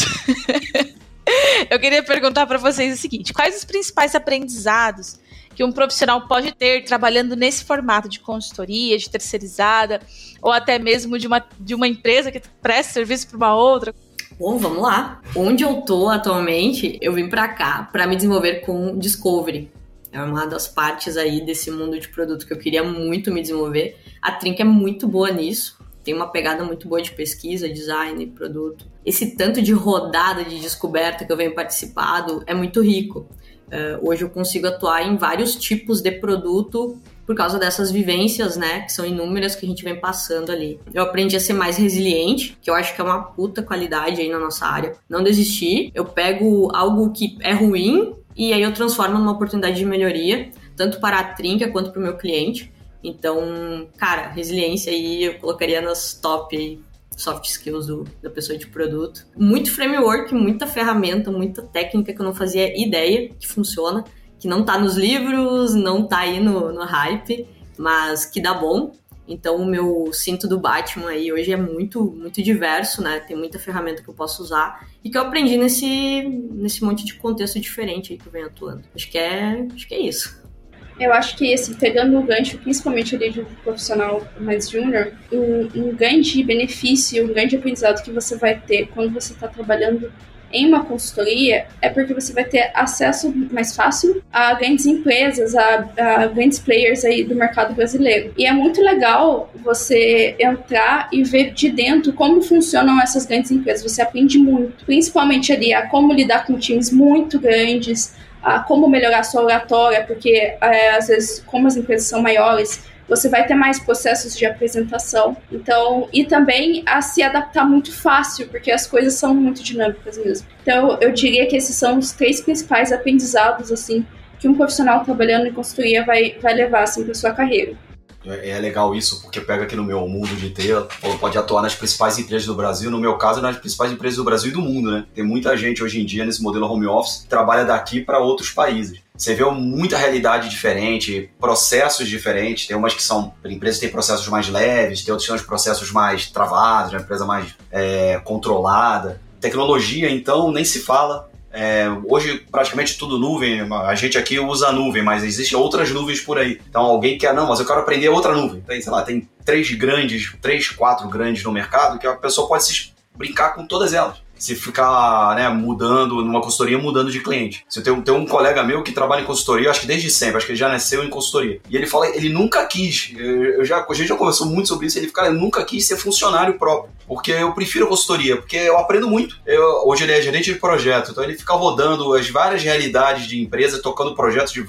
Speaker 1: eu queria perguntar para vocês o seguinte: quais os principais aprendizados que um profissional pode ter trabalhando nesse formato de consultoria, de terceirizada, ou até mesmo de uma empresa que presta serviço para uma outra?
Speaker 3: Bom, vamos lá. Onde eu tô atualmente, eu vim pra cá pra me desenvolver com Discovery. É uma das partes aí desse mundo de produto que eu queria muito me desenvolver. A Trinca é muito boa nisso. Tem uma pegada muito boa de pesquisa, design, produto. Esse tanto de rodada de descoberta que eu venho participado é muito rico. Hoje eu consigo atuar em vários tipos de produto por causa dessas vivências, né, que são inúmeras que a gente vem passando ali. Eu aprendi a ser mais resiliente, que eu acho que é uma puta qualidade aí na nossa área. Não desistir, eu pego algo que é ruim e aí eu transformo numa oportunidade de melhoria, tanto para a Trinca quanto para o meu cliente. Então, cara, resiliência aí eu colocaria nas top aí, soft skills da pessoa de produto. Muito framework, muita ferramenta, muita técnica que eu não fazia ideia que funciona, que não tá nos livros, não tá aí no hype, mas que dá bom. Então o meu cinto do Batman aí hoje é muito, muito diverso, né? Tem muita ferramenta que eu posso usar e que eu aprendi nesse monte de contexto diferente aí que eu venho atuando. Acho que é isso.
Speaker 4: Eu acho que, assim, pegando o gancho, principalmente ali de um profissional mais júnior, um grande benefício, um grande aprendizado que você vai ter quando você está trabalhando em uma consultoria é porque você vai ter acesso mais fácil a grandes empresas, a grandes players aí do mercado brasileiro. E é muito legal você entrar e ver de dentro como funcionam essas grandes empresas. Você aprende muito, principalmente ali a como lidar com times muito grandes, a como melhorar a sua oratória, porque às vezes, como as empresas são maiores, você vai ter mais processos de apresentação. Então, e também a se adaptar muito fácil, porque as coisas são muito dinâmicas mesmo. Então, eu diria que esses são os 3 principais aprendizados, assim, que um profissional trabalhando em consultoria vai levar, assim, para sua carreira.
Speaker 5: É legal isso, porque pega aqui no meu mundo de TI, pode atuar nas principais empresas do Brasil, no meu caso, nas principais empresas do Brasil e do mundo, né? Tem muita gente hoje em dia nesse modelo home office que trabalha daqui para outros países. Você vê muita realidade diferente, processos diferentes. Tem umas que são, empresas que têm processos mais leves, tem outras que são os processos mais travados, uma empresa mais controlada. Tecnologia, então, nem se fala. Hoje praticamente tudo nuvem, a gente aqui usa a nuvem, mas existem outras nuvens por aí. Então alguém quer, não, mas eu quero aprender outra nuvem. Tem, sei lá, tem 3, 4 grandes no mercado que a pessoa pode se brincar com todas elas. se ficar, né, mudando, numa consultoria, mudando de cliente. Se eu tenho um colega meu que trabalha em consultoria, acho que desde sempre, acho que ele já nasceu em consultoria. E ele fala, ele nunca quis, a gente já conversou muito sobre isso, ele fala, ele nunca quis ser funcionário próprio, porque eu prefiro consultoria, porque eu aprendo muito. Hoje ele é gerente de projeto, então ele fica rodando as várias realidades de empresa, tocando projetos de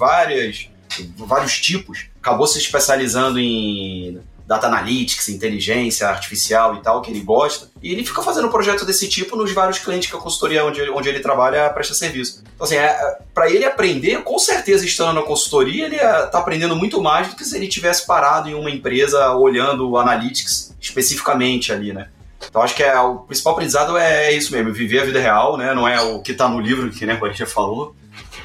Speaker 5: vários tipos, acabou se especializando em data analytics, inteligência artificial e tal, que ele gosta, e ele fica fazendo um projeto desse tipo nos vários clientes que a consultoria onde ele trabalha presta serviço. Então assim, para ele aprender, com certeza estando na consultoria, ele tá aprendendo muito mais do que se ele tivesse parado em uma empresa olhando analytics especificamente ali, né? Então acho que o principal aprendizado é isso mesmo, viver a vida real, né? Não é o que tá no livro, que, né, a gente já falou,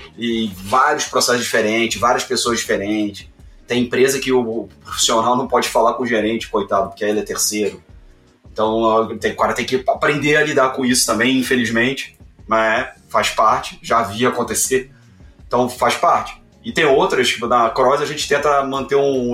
Speaker 5: e vários processos diferentes, várias pessoas diferentes. Tem empresa que o profissional não pode falar com o gerente, coitado, porque ele é terceiro. Então o cara tem que aprender a lidar com isso também, infelizmente. Mas faz parte, já vi acontecer. Então faz parte. E tem outras, tipo, na Cross a gente tenta manter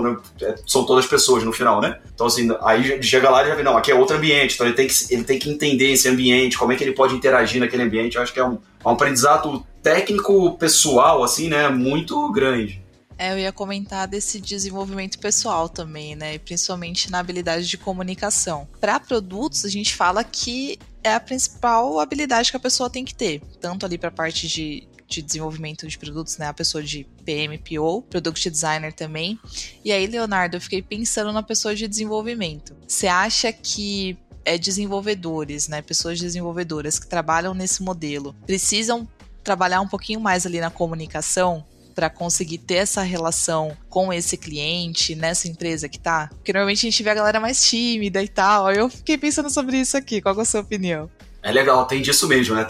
Speaker 5: são todas pessoas no final, né? Então assim, aí chega lá e já vê, não, aqui é outro ambiente. Então ele tem que entender esse ambiente, como é que ele pode interagir naquele ambiente. Eu acho que é um aprendizado técnico, pessoal, assim, né? Muito grande.
Speaker 2: Eu ia comentar desse desenvolvimento pessoal também, né? E principalmente na habilidade de comunicação. Para produtos, a gente fala que é a principal habilidade que a pessoa tem que ter. Tanto ali para a parte de desenvolvimento de produtos, né? A pessoa de PM, PO, Product Designer também. E aí, Leonardo, eu fiquei pensando na pessoa de desenvolvimento. Você acha que desenvolvedores, né? Pessoas desenvolvedoras que trabalham nesse modelo precisam trabalhar um pouquinho mais ali na comunicação para conseguir ter essa relação com esse cliente, nessa empresa que tá? Porque normalmente a gente vê a galera mais tímida e tal. Eu fiquei pensando sobre isso aqui. Qual é a sua opinião?
Speaker 5: É legal, tem disso mesmo, né?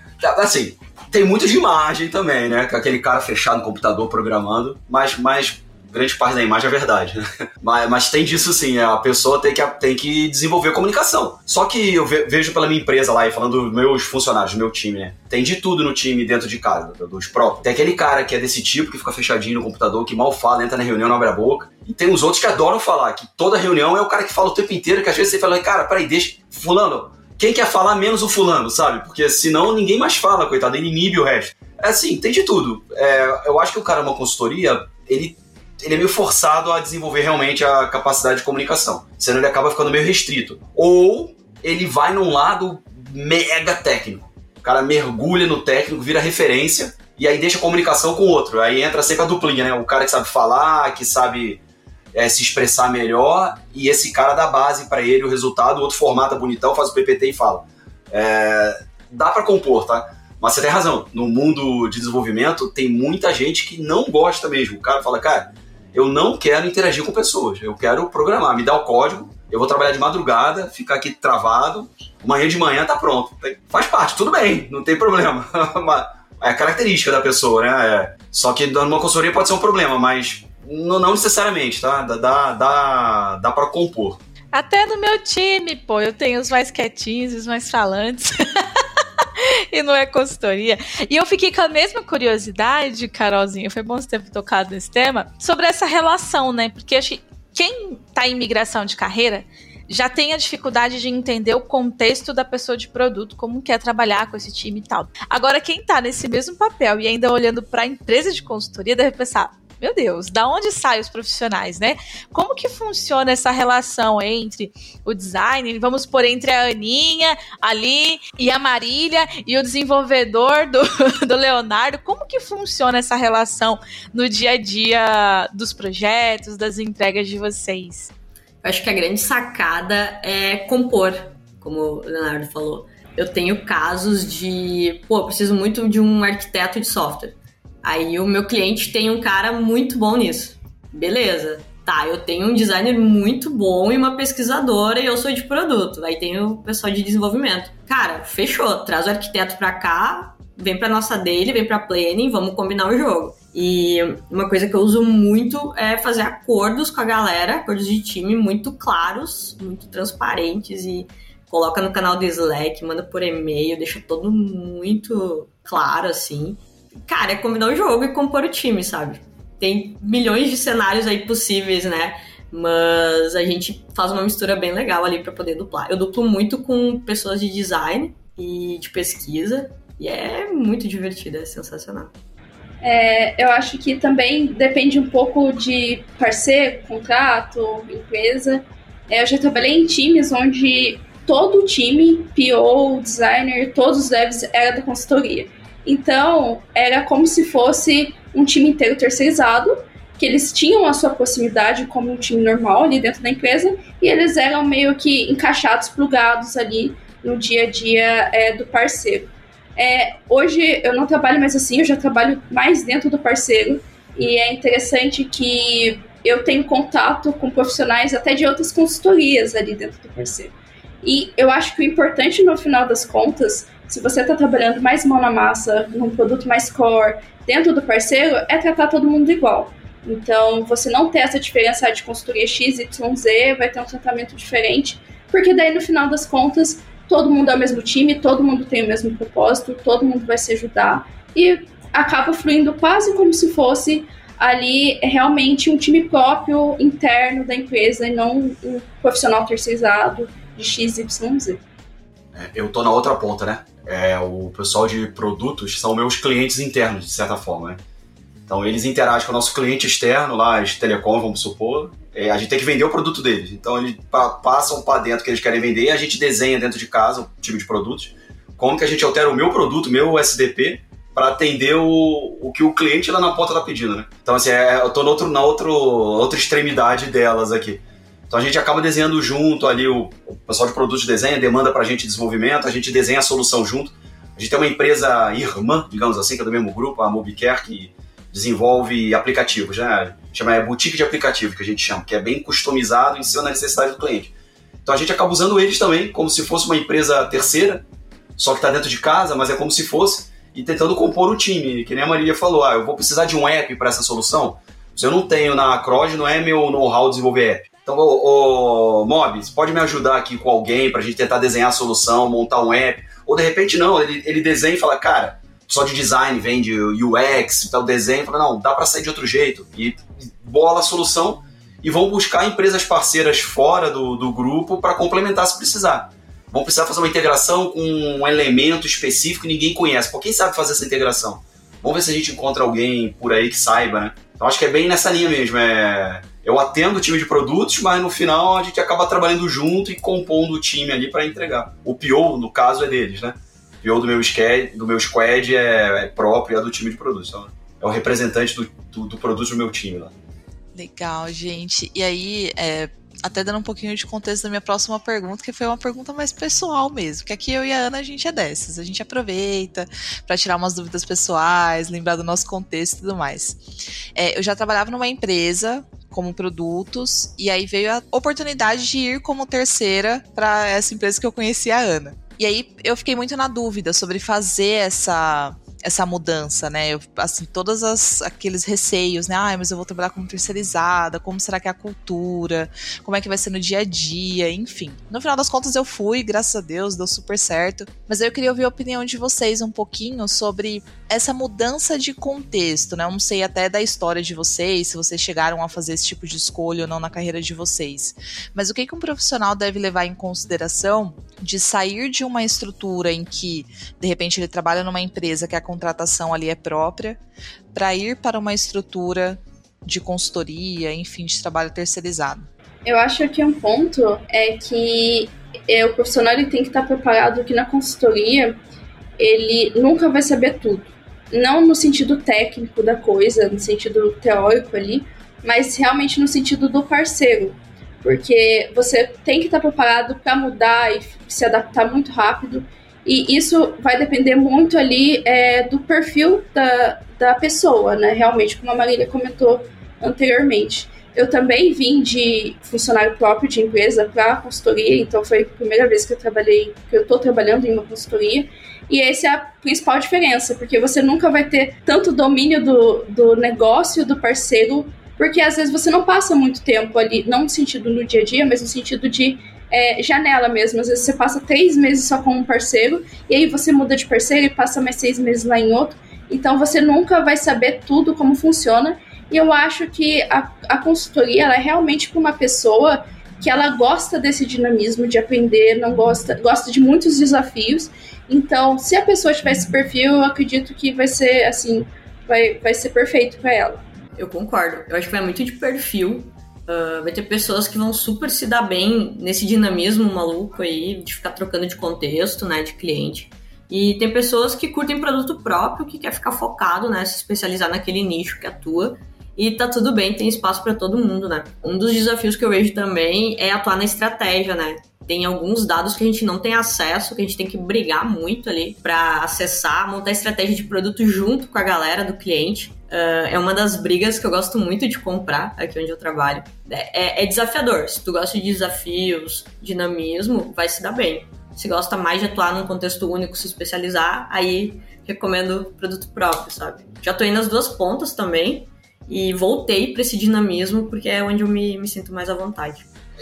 Speaker 5: Assim, tem muito de imagem também, né? Aquele cara fechado no computador programando, mas grande parte da imagem é verdade, né? Mas tem disso sim, a pessoa tem que desenvolver a comunicação. Só que eu vejo pela minha empresa lá, e falando dos meus funcionários, do meu time, né? Tem de tudo no time dentro de casa, dos próprios. Tem aquele cara que é desse tipo, que fica fechadinho no computador, que mal fala, entra na reunião, não abre a boca. E tem os outros que adoram falar, que toda reunião é o cara que fala o tempo inteiro, que às vezes você fala, cara, peraí, deixa, fulano, quem quer falar menos o fulano, sabe? Porque senão ninguém mais fala, coitado, ele inibe o resto. É assim, tem de tudo. Eu acho que o cara, uma consultoria, ele é meio forçado a desenvolver realmente a capacidade de comunicação. Senão ele acaba ficando meio restrito. Ou ele vai num lado mega técnico. O cara mergulha no técnico, vira referência, e aí deixa a comunicação com o outro. Aí entra sempre a duplinha, né? O cara que sabe falar, que sabe se expressar melhor, e esse cara dá base pra ele, o resultado, o outro formata bonitão, faz o PPT e fala. Dá pra compor, tá? Mas você tem razão. No mundo de desenvolvimento, tem muita gente que não gosta mesmo. O cara fala, cara, eu não quero interagir com pessoas, eu quero programar, me dá o código, eu vou trabalhar de madrugada, ficar aqui travado, amanhã de manhã tá pronto. Faz parte, tudo bem, não tem problema. É a característica da pessoa, né? Só que numa consultoria pode ser um problema, mas não necessariamente, tá? Dá pra compor.
Speaker 1: Até no meu time, pô, eu tenho os mais quietinhos, os mais falantes. E não é consultoria. E eu fiquei com a mesma curiosidade, Carolzinha, foi bom você ter tocado nesse tema, sobre essa relação, né? Porque acho que quem tá em migração de carreira já tem a dificuldade de entender o contexto da pessoa de produto, como quer trabalhar com esse time e tal. Agora, quem tá nesse mesmo papel e ainda olhando para a empresa de consultoria deve pensar, meu Deus, da onde saem os profissionais, né? Como que funciona essa relação entre o designer, vamos por entre a Aninha ali e a Marília e o desenvolvedor do Leonardo? Como que funciona essa relação no dia a dia dos projetos, das entregas de vocês?
Speaker 3: Eu acho que a grande sacada é compor, como o Leonardo falou. Eu tenho casos de, eu preciso muito de um arquiteto de software. Aí o meu cliente tem um cara muito bom nisso. Beleza. Tá, eu tenho um designer muito bom e uma pesquisadora e eu sou de produto. Aí tem o pessoal de desenvolvimento. Cara, fechou. Traz o arquiteto pra cá, vem pra nossa daily, vem pra planning, vamos combinar o jogo. E uma coisa que eu uso muito é fazer acordos com a galera, acordos de time muito claros, muito transparentes e coloca no canal do Slack, manda por e-mail, deixa todo muito claro, assim. Cara, é combinar o jogo e compor o time, sabe? Tem milhões de cenários aí possíveis, né? Mas a gente faz uma mistura bem legal ali pra poder duplar. Eu duplo muito com pessoas de design, e de pesquisa. E é muito divertido, é sensacional.
Speaker 4: Eu acho que também depende um pouco de parceiro, contrato, empresa. Eu já trabalhei em times onde todo o time, PO, designer, todos os devs era da consultoria. Então, era como se fosse um time inteiro terceirizado, que eles tinham a sua proximidade como um time normal ali dentro da empresa, e eles eram meio que encaixados, plugados ali no dia a dia do parceiro. Hoje eu não trabalho mais assim, eu já trabalho mais dentro do parceiro, e é interessante que eu tenho contato com profissionais até de outras consultorias ali dentro do parceiro. E eu acho que o importante no final das contas, se você está trabalhando mais mão na massa, num produto mais core, dentro do parceiro, é tratar todo mundo igual. Então, você não ter essa diferença de consultoria X, Y, Z, vai ter um tratamento diferente, porque daí no final das contas, todo mundo é o mesmo time, todo mundo tem o mesmo propósito, todo mundo vai se ajudar, e acaba fluindo quase como se fosse ali realmente um time próprio, interno da empresa, e não um profissional terceirizado de X, Y, Z.
Speaker 5: Eu tô na outra ponta, né? O pessoal de produtos são meus clientes internos, de certa forma, né? Então, eles interagem com o nosso cliente externo, lá, as telecom, vamos supor. A gente tem que vender o produto deles. Então, eles passam para dentro o que eles querem vender e a gente desenha dentro de casa o time de produtos. Como que a gente altera o meu produto, meu SDP, para atender o que o cliente lá na ponta está pedindo, né? Então, assim, eu tô na outra extremidade delas aqui. Então, a gente acaba desenhando junto ali, o pessoal de produtos desenha, demanda para a gente desenvolvimento, a gente desenha a solução junto. A gente tem uma empresa irmã, digamos assim, que é do mesmo grupo, a Mobicare, que desenvolve aplicativos, né? Chama boutique de aplicativo, que a gente chama, que é bem customizado em cima da necessidade do cliente. Então a gente acaba usando eles também como se fosse uma empresa terceira, só que está dentro de casa, mas é como se fosse, e tentando compor o time, que nem a Marília falou, eu vou precisar de um app para essa solução, se eu não tenho na Acroz, não é meu know-how desenvolver app. Então, Mob, você pode me ajudar aqui com alguém para a gente tentar desenhar a solução, montar um app, ou de repente não, ele desenha e fala, cara, só de design, vende UX, então desenho, fala, não, dá para sair de outro jeito. E bola a solução e vão buscar empresas parceiras fora do grupo para complementar se precisar. Vão precisar fazer uma integração com um elemento específico que ninguém conhece. Pô, quem sabe fazer essa integração? Vamos ver se a gente encontra alguém por aí que saiba, né? Então acho que é bem nessa linha mesmo. Eu atendo o time de produtos, mas no final a gente acaba trabalhando junto e compondo o time ali para entregar. O PO, no caso, é deles, né? O PO do meu squad é próprio, é do time de produtos. Então, é o representante do produto do meu time lá.
Speaker 2: Legal, gente. E aí, até dando um pouquinho de contexto da minha próxima pergunta, que foi uma pergunta mais pessoal mesmo, que aqui eu e a Ana, a gente é dessas, a gente aproveita para tirar umas dúvidas pessoais, lembrar do nosso contexto e tudo mais. Eu já trabalhava numa empresa como produtos, e aí veio a oportunidade de ir como terceira para essa empresa que eu conheci, a Ana. E aí eu fiquei muito na dúvida sobre fazer essa mudança, né? Todos aqueles receios, né? Mas eu vou trabalhar como terceirizada, como será que é a cultura, como é que vai ser no dia a dia, enfim. No final das contas eu fui, graças a Deus, deu super certo. Mas eu queria ouvir a opinião de vocês um pouquinho sobre essa mudança de contexto, né? Eu não sei até da história de vocês, se vocês chegaram a fazer esse tipo de escolha ou não na carreira de vocês. Mas o que um profissional deve levar em consideração de sair de uma estrutura em que, de repente, ele trabalha numa empresa que a contratação ali é própria, para ir para uma estrutura de consultoria, enfim, de trabalho terceirizado?
Speaker 4: Eu acho que um ponto é que o profissional ele tem que estar preparado que na consultoria ele nunca vai saber tudo. Não no sentido técnico da coisa, no sentido teórico ali, mas realmente no sentido do parceiro. Porque você tem que estar preparado para mudar e se adaptar muito rápido. E isso vai depender muito ali do perfil da pessoa, né? Realmente, como a Marília comentou anteriormente. Eu também vim de funcionário próprio de empresa para consultoria, então foi a primeira vez que eu estou trabalhando em uma consultoria. E essa é a principal diferença, porque você nunca vai ter tanto domínio do negócio do parceiro, porque às vezes você não passa muito tempo ali, não no sentido no dia a dia, mas no sentido de janela mesmo. Às vezes você passa 3 meses só com um parceiro, e aí você muda de parceiro e passa mais 6 meses lá em outro. Então você nunca vai saber tudo como funciona. E eu acho que a consultoria ela é realmente para uma pessoa que ela gosta desse dinamismo de aprender, gosta de muitos desafios. Então, se a pessoa tiver esse perfil, eu acredito que vai ser assim, vai ser perfeito para ela.
Speaker 3: Eu concordo. Eu acho que vai muito de perfil. Vai ter pessoas que vão super se dar bem nesse dinamismo maluco aí, de ficar trocando de contexto, né, de cliente. E tem pessoas que curtem produto próprio, que quer ficar focado, né, se especializar naquele nicho que atua. E tá tudo bem, tem espaço para todo mundo, né? Um dos desafios que eu vejo também é atuar na estratégia, né? Tem alguns dados que a gente não tem acesso, que a gente tem que brigar muito ali para acessar, montar estratégia de produto junto com a galera do cliente. É uma das brigas que eu gosto muito de comprar aqui onde eu trabalho. É desafiador. Se tu gosta de desafios, dinamismo, vai se dar bem. Se gosta mais de atuar num contexto único, se especializar, aí recomendo produto próprio, sabe? Já tô indo nas duas pontas também e voltei para esse dinamismo porque é onde eu me sinto mais à vontade.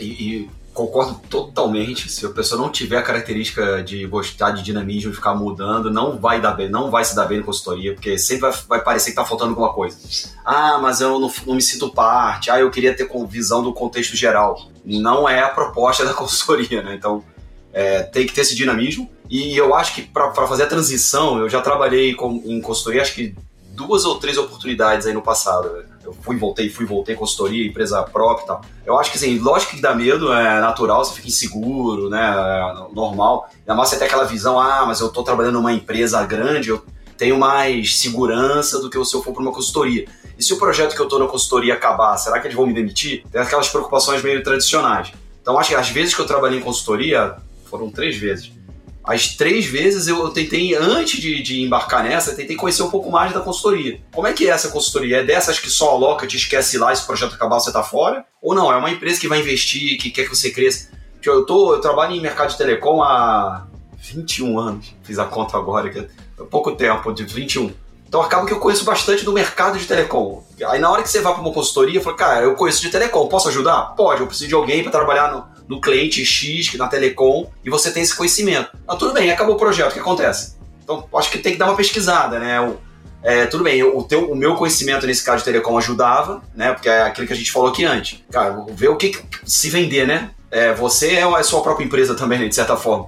Speaker 5: E concordo totalmente. Se a pessoa não tiver a característica de gostar de dinamismo, de ficar mudando, não vai se dar bem na consultoria, porque sempre vai parecer que tá faltando alguma coisa. Ah, mas eu não me sinto parte. Ah, eu queria ter visão do contexto geral. Não é a proposta da consultoria, né? Então, tem que ter esse dinamismo. E eu acho que para fazer a transição, eu já trabalhei em consultoria, acho que 2 ou 3 oportunidades aí no passado. Eu fui, voltei, consultoria, empresa própria e tal. Eu acho que, assim, lógico que dá medo, é natural, você fica inseguro, né, normal. Ainda mais você tem aquela visão, mas eu tô trabalhando numa empresa grande, eu tenho mais segurança do que se eu for para uma consultoria. E se o projeto que eu tô na consultoria acabar, será que eles vão me demitir? Tem aquelas preocupações meio tradicionais. Então, acho que as vezes que eu trabalhei em consultoria, foram 3 vezes. As 3 vezes eu tentei, antes de embarcar nessa, tentei conhecer um pouco mais da consultoria. Como é que é essa consultoria? É dessas que só aloca, te esquece lá, e se o projeto acabar você tá fora? Ou não, é uma empresa que vai investir, que quer que você cresça? Eu trabalho em mercado de telecom há 21 anos, fiz a conta agora, que é pouco tempo, de 21. Então acaba que eu conheço bastante do mercado de telecom. Aí na hora que você vai para uma consultoria, eu falo, cara, eu conheço de telecom, posso ajudar? Pode, eu preciso de alguém para trabalhar no cliente X, na telecom, e você tem esse conhecimento. Mas tudo bem, acabou o projeto, o que acontece? Então acho que tem que dar uma pesquisada, né? Tudo bem, o meu conhecimento nesse caso de telecom ajudava, né? Porque é aquilo que a gente falou aqui antes. Cara, ver o que se vender, né? Você é a sua própria empresa também, né, de certa forma.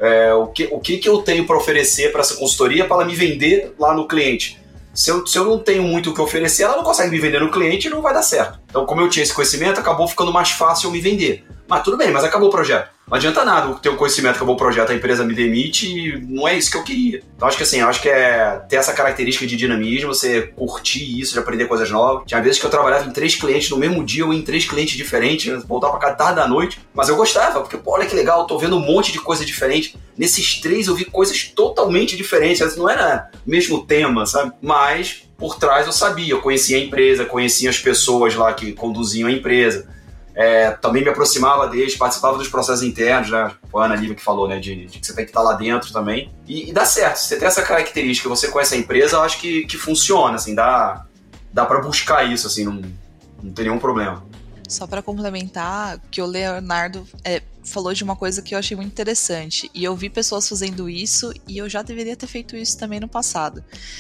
Speaker 5: O que eu tenho para oferecer para essa consultoria para ela me vender lá no cliente? Se eu não tenho muito o que oferecer, ela não consegue me vender no cliente e não vai dar certo. Então, como eu tinha esse conhecimento, acabou ficando mais fácil eu me vender. Mas tudo bem, mas acabou o projeto. Não adianta nada eu ter o conhecimento, acabou o projeto, a empresa me demite e não é isso que eu queria. Então, acho que é ter essa característica de dinamismo, você curtir isso, de aprender coisas novas. Tinha vezes que eu trabalhava em 3 clientes no mesmo dia, ou em 3 clientes diferentes, voltava pra cá tarde da noite. Mas eu gostava, porque, pô, olha que legal, eu tô vendo um monte de coisa diferente. Nesses 3 eu vi coisas totalmente diferentes, não era o mesmo tema, sabe? Mas por trás eu sabia, eu conhecia a empresa, conhecia as pessoas lá que conduziam a empresa. Também me aproximava deles, participava dos processos internos, né? Foi a Ana Lívia que falou, né? De que você tem que estar lá dentro também. E dá certo, se você tem essa característica, você conhece a empresa, eu acho que funciona, assim, dá pra buscar isso, assim, não tem nenhum problema.
Speaker 2: Só para complementar, que o Leonardo falou de uma coisa que eu achei muito interessante, e eu vi pessoas fazendo isso, e eu já deveria ter feito isso também no passado.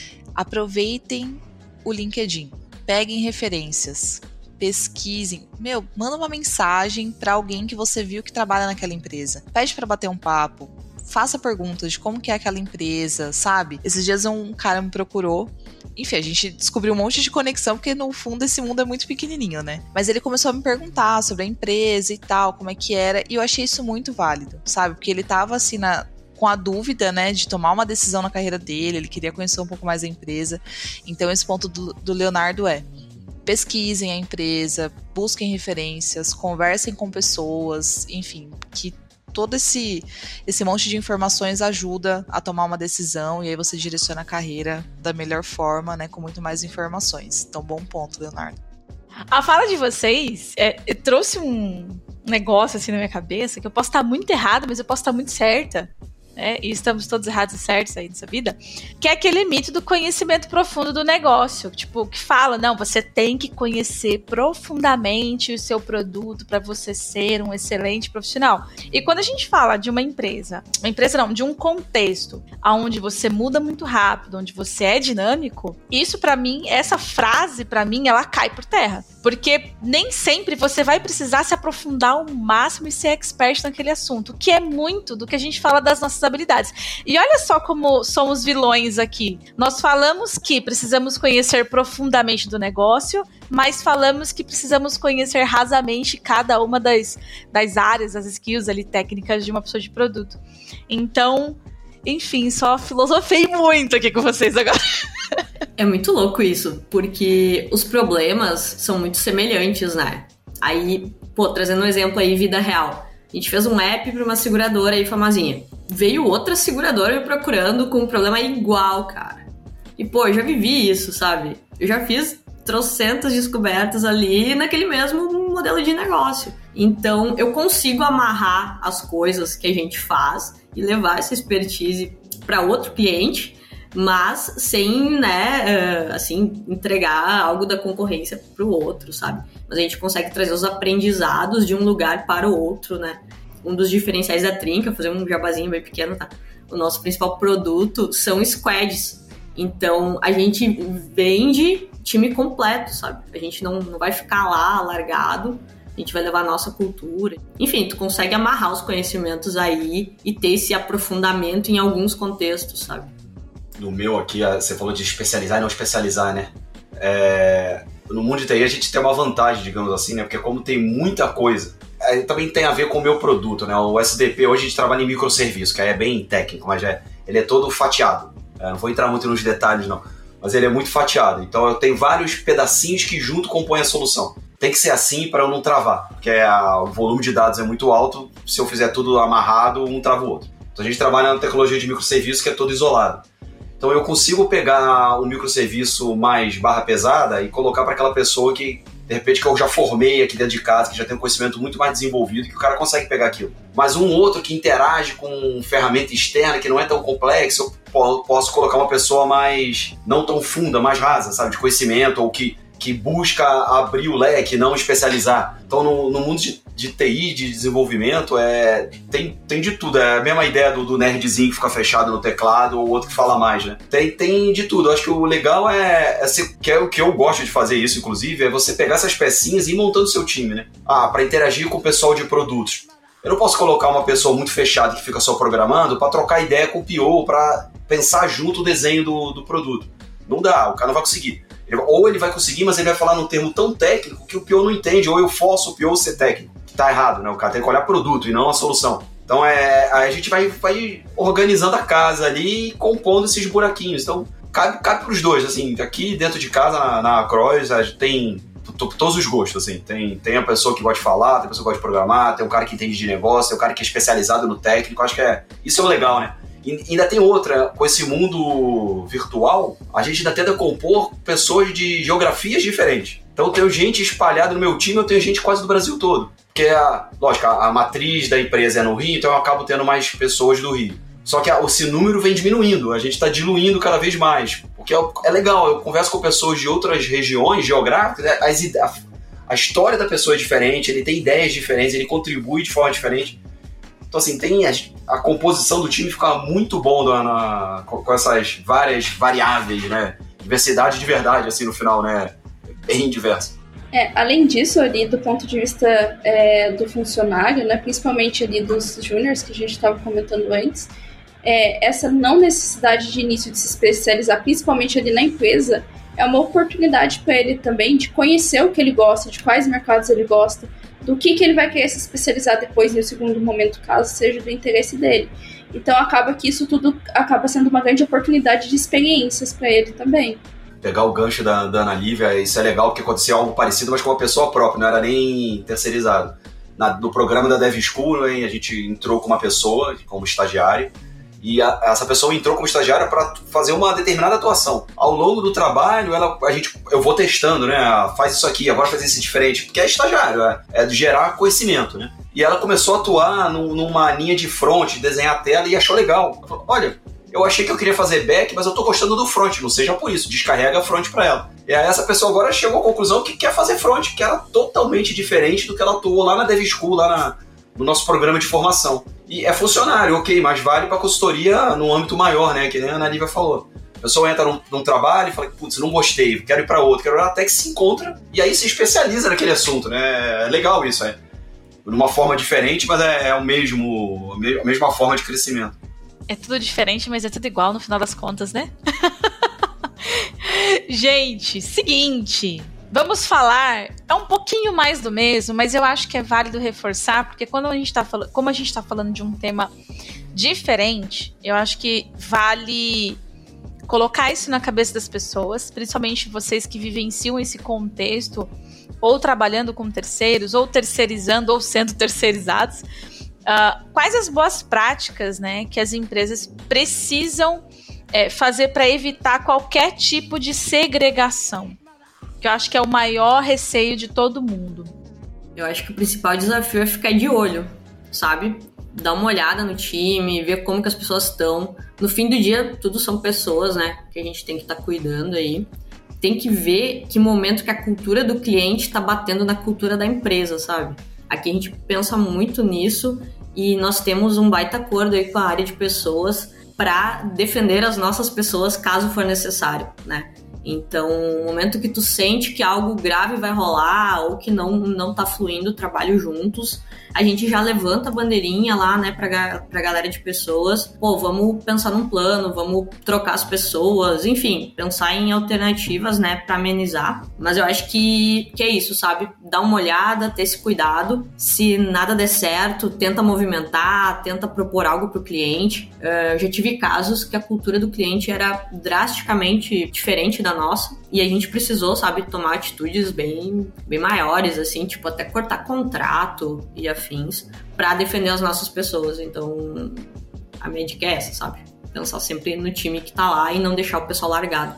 Speaker 2: Aproveitem o LinkedIn, peguem referências, pesquisem, manda uma mensagem para alguém que você viu que trabalha naquela empresa, pede para bater um papo, faça perguntas de como que é aquela empresa, sabe? Esses dias um cara me procurou, enfim, a gente descobriu um monte de conexão, porque no fundo esse mundo é muito pequenininho, né? Mas ele começou a me perguntar sobre a empresa e tal, como é que era, e eu achei isso muito válido, sabe? Porque ele tava assim com a dúvida, né, de tomar uma decisão na carreira dele, ele queria conhecer um pouco mais a empresa. Então esse ponto do Leonardo pesquisem a empresa, busquem referências, conversem com pessoas, enfim, que todo esse monte de informações ajuda a tomar uma decisão e aí você direciona a carreira da melhor forma, né, com muito mais informações. Então, bom ponto, Leonardo.
Speaker 1: A fala de vocês trouxe um negócio assim na minha cabeça, que eu posso estar muito errada, mas eu posso estar muito certa. né? E estamos todos errados e certos aí nessa vida, que é aquele mito do conhecimento profundo do negócio, tipo, que fala, não, você tem que conhecer profundamente o seu produto para você ser um excelente profissional. E quando a gente fala de uma empresa não, de um contexto onde você muda muito rápido, onde você é dinâmico, isso para mim, essa frase para mim, ela cai por terra. Porque nem sempre você vai precisar se aprofundar ao máximo e ser expert naquele assunto, que é muito do que a gente fala das nossas habilidades. E olha só como somos vilões aqui. Nós falamos que precisamos conhecer profundamente do negócio, mas falamos que precisamos conhecer rasamente cada uma das áreas, das skills ali, técnicas de uma pessoa de produto. Então, enfim, só filosofei muito aqui com vocês agora.
Speaker 3: É muito louco isso, porque os problemas são muito semelhantes, né? Aí, trazendo um exemplo aí, vida real. A gente fez um app para uma seguradora aí famosinha. Veio outra seguradora me procurando com um problema igual, cara. E, eu já vivi isso, sabe? Eu já fiz trocentas descobertas ali naquele mesmo modelo de negócio. Então, eu consigo amarrar as coisas que a gente faz e levar essa expertise para outro cliente, mas sem, né, assim, entregar algo da concorrência para o outro, sabe? Mas a gente consegue trazer os aprendizados de um lugar para o outro, né? Um dos diferenciais da Trinca, fazer um jabazinho bem pequeno, tá? O nosso principal produto são squads. Então, a gente vende time completo, sabe? A gente não vai ficar lá largado, a gente vai levar a nossa cultura. Enfim, tu consegue amarrar os conhecimentos aí e ter esse aprofundamento em alguns contextos, sabe?
Speaker 5: No meu aqui, você falou de especializar e não especializar, né? No mundo de TI a gente tem uma vantagem, digamos assim, né? Porque como tem muita coisa, também tem a ver com o meu produto, né? O SDP, hoje a gente trabalha em microserviço, que aí é bem técnico, mas ele é todo fatiado. Não vou entrar muito nos detalhes, não. Mas ele é muito fatiado. Então eu tenho vários pedacinhos que junto compõem a solução. Tem que ser assim para eu não travar, porque o volume de dados é muito alto. Se eu fizer tudo amarrado, um trava o outro. Então a gente trabalha na tecnologia de microserviço que é todo isolado. Então eu consigo pegar um microserviço mais barra pesada e colocar para aquela pessoa que, de repente, que eu já formei aqui dentro de casa, que já tem um conhecimento muito mais desenvolvido, que o cara consegue pegar aquilo. Mas um outro que interage com ferramenta externa, que não é tão complexo, eu posso colocar uma pessoa mais, não tão funda, mais rasa, sabe, de conhecimento, ou que busca abrir o leque, não especializar. Então, no mundo de TI, de desenvolvimento, tem de tudo. É a mesma ideia do nerdzinho que fica fechado no teclado ou outro que fala mais, né? Tem de tudo. Eu acho que o legal que é o que eu gosto de fazer isso, inclusive, é você pegar essas pecinhas e ir montando seu time, né? Para interagir com o pessoal de produtos. Eu não posso colocar uma pessoa muito fechada que fica só programando para trocar ideia com o PO, para pensar junto o desenho do produto. Não dá, o cara não vai conseguir. Ou ele vai conseguir, mas ele vai falar num termo tão técnico que o PO não entende, ou eu forço o PO ser técnico. Que tá errado, né? O cara tem que olhar produto e não a solução. Então aí a gente vai organizando a casa ali e compondo esses buraquinhos. Então cabe pros dois, assim. Aqui dentro de casa, na Acroz, a gente tem todos os gostos, assim. Tem a pessoa que gosta de falar, tem a pessoa que gosta de programar, tem o cara que entende de negócio, tem o cara que é especializado no técnico. Acho que isso é o legal, né? E ainda tem outra, com esse mundo virtual, a gente ainda tenta compor pessoas de geografias diferentes. Então eu tenho gente espalhada no meu time, eu tenho gente quase do Brasil todo. Porque, lógico, a matriz da empresa é no Rio, então eu acabo tendo mais pessoas do Rio. Só que esse número vem diminuindo, a gente está diluindo cada vez mais. Porque é legal, eu converso com pessoas de outras regiões geográficas, a história da pessoa é diferente, ele tem ideias diferentes, ele contribui de forma diferente. Então, assim, a composição do time fica muito bom com essas várias variáveis, né? Diversidade de verdade, assim, no final, né? Bem diverso.
Speaker 4: Além disso, ali, do ponto de vista do funcionário, né? Principalmente ali dos juniors, que a gente estava comentando antes, essa não necessidade de início de se especializar, principalmente ali na empresa, é uma oportunidade para ele também de conhecer o que ele gosta, de quais mercados ele gosta, do que ele vai querer se especializar depois no segundo momento, caso seja do interesse dele. Então acaba que isso tudo acaba sendo uma grande oportunidade de experiências para ele também.
Speaker 5: Pegar o gancho da Ana Lívia, isso é legal, porque aconteceu algo parecido, mas com uma pessoa própria, não era nem terceirizado. No programa da Dev School, a gente entrou com uma pessoa como estagiário, e essa pessoa entrou como estagiária para fazer uma determinada atuação. Ao longo do trabalho, eu vou testando, né? Faz isso aqui, agora faz isso diferente, porque é estagiário, é de gerar conhecimento, né? E ela começou a atuar numa linha de front, desenhar a tela, e achou legal. Ela falou, olha, eu achei que eu queria fazer back, mas eu tô gostando do front, não seja por isso, descarrega a front pra ela. E aí essa pessoa agora chegou à conclusão que quer fazer front, que era totalmente diferente do que ela atuou lá na Dev School, lá no nosso programa de formação. E é funcionário, ok, mas vale pra consultoria num âmbito maior, né, que nem a Ana Lívia falou. A pessoa entra num trabalho e fala, putz, não gostei, quero ir pra outro, até que se encontra e aí se especializa naquele assunto, né? É legal isso, de uma forma diferente, mas é a mesma forma de crescimento.
Speaker 1: É tudo diferente, mas é tudo igual no final das contas, né? Gente, seguinte, vamos falar, é um pouquinho mais do mesmo, mas eu acho que é válido reforçar, porque como a gente tá falando de um tema diferente, eu acho que vale colocar isso na cabeça das pessoas, principalmente vocês que vivenciam esse contexto, ou trabalhando com terceiros, ou terceirizando, ou sendo terceirizados. Quais as boas práticas, né, que as empresas precisam fazer para evitar qualquer tipo de segregação? Que eu acho que é o maior receio de todo mundo.
Speaker 3: Eu acho que o principal desafio é ficar de olho, sabe? Dar uma olhada no time, ver como que as pessoas estão. No fim do dia, tudo são pessoas, né? Que a gente tem que estar cuidando aí. Tem que ver que momento que a cultura do cliente está batendo na cultura da empresa, sabe? Aqui a gente pensa muito nisso e nós temos um baita acordo aí com a área de pessoas para defender as nossas pessoas caso for necessário, né? Então, no momento que tu sente que algo grave vai rolar ou que não tá fluindo o trabalho juntos, a gente já levanta a bandeirinha lá, né, pra galera de pessoas. Pô, vamos pensar num plano, vamos trocar as pessoas, enfim, pensar em alternativas, né, pra amenizar. Mas eu acho que é isso, sabe? Dar uma olhada, ter esse cuidado. Se nada der certo, tenta movimentar, tenta propor algo pro cliente. Eu já tive casos que a cultura do cliente era drasticamente diferente da nossa e a gente precisou, sabe, tomar atitudes bem maiores, assim, tipo, até cortar contrato e afins pra defender as nossas pessoas. Então, a minha dica é essa, sabe? Pensar sempre no time que tá lá e não deixar o pessoal largado.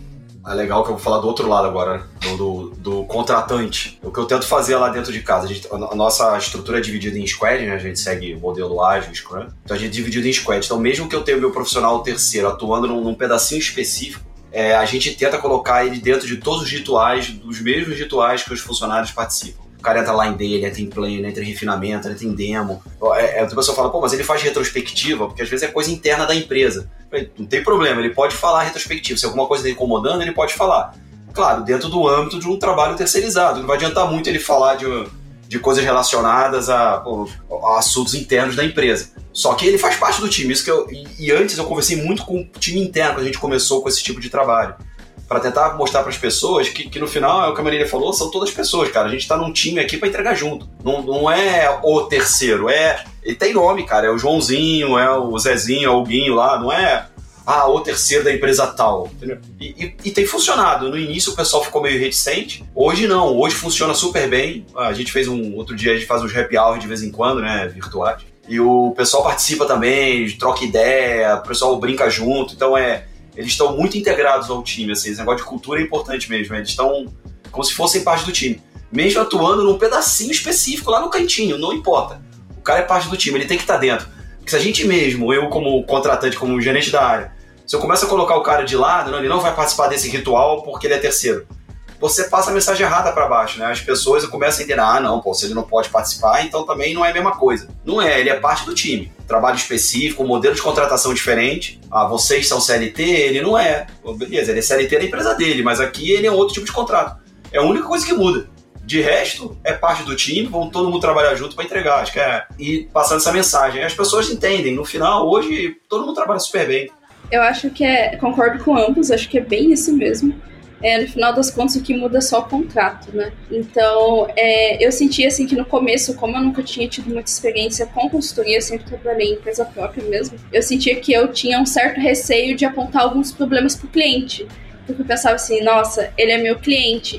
Speaker 5: É legal que eu vou falar do outro lado agora, né? do contratante. O que eu tento fazer lá dentro de casa, a nossa estrutura é dividida em squad, né? A gente segue o modelo ágil, Scrum. Então a gente é dividido em squad. Então mesmo que eu tenha o meu profissional terceiro atuando num pedacinho específico, a gente tenta colocar ele dentro de todos os rituais, dos mesmos rituais que os funcionários participam. O cara entra lá em dele, entra em play, entra em refinamento, entra em demo. A pessoa fala, pô, mas ele faz retrospectiva, porque às vezes é coisa interna da empresa. Não tem problema, ele pode falar retrospectiva. Se alguma coisa está incomodando, ele pode falar. Claro, dentro do âmbito de um trabalho terceirizado. Não vai adiantar muito ele falar de coisas relacionadas a assuntos internos da empresa. Só que ele faz parte do time. Isso que e antes eu conversei muito com o time interno quando a gente começou com esse tipo de trabalho. Para tentar mostrar para as pessoas que no final, é o que a Marília falou, são todas pessoas, cara. A gente tá num time aqui para entregar junto. Não é o terceiro, ele tem nome, cara. É o Joãozinho, é o Zezinho, é o Guinho lá. Não é o terceiro da empresa tal. Entendeu? E tem funcionado. No início o pessoal ficou meio reticente. Hoje não, hoje funciona super bem. A gente fez outro dia a gente faz uns happy hour de vez em quando, né, virtuais. E o pessoal participa também, troca ideia, o pessoal brinca junto. Então eles estão muito integrados ao time, assim, esse negócio de cultura é importante mesmo, eles estão como se fossem parte do time, mesmo atuando num pedacinho específico lá no cantinho, não importa, o cara é parte do time, ele tem que estar dentro, porque se a gente mesmo, eu como contratante, como gerente da área, se eu começo a colocar o cara de lado, ele não vai participar desse ritual porque ele é terceiro, você passa a mensagem errada para baixo, né? As pessoas começam a entender, não, pô, se ele não pode participar, então também não é a mesma coisa. Não é, ele é parte do time. Trabalho específico, um modelo de contratação diferente. Vocês são CLT, ele não é. Beleza, ele é CLT da empresa dele, mas aqui ele é outro tipo de contrato. É a única coisa que muda. De resto, é parte do time, vão todo mundo trabalhar junto para entregar. Acho que e passando essa mensagem. As pessoas entendem. No final, hoje, todo mundo trabalha super bem.
Speaker 4: Eu acho que concordo com ambos, acho que é bem isso mesmo. No final das contas, o que muda é só o contrato, né? Então, eu senti, assim, que no começo, como eu nunca tinha tido muita experiência com consultoria, sempre trabalhei em empresa própria mesmo, eu sentia que eu tinha um certo receio de apontar alguns problemas pro cliente. Porque eu pensava assim, nossa, ele é meu cliente,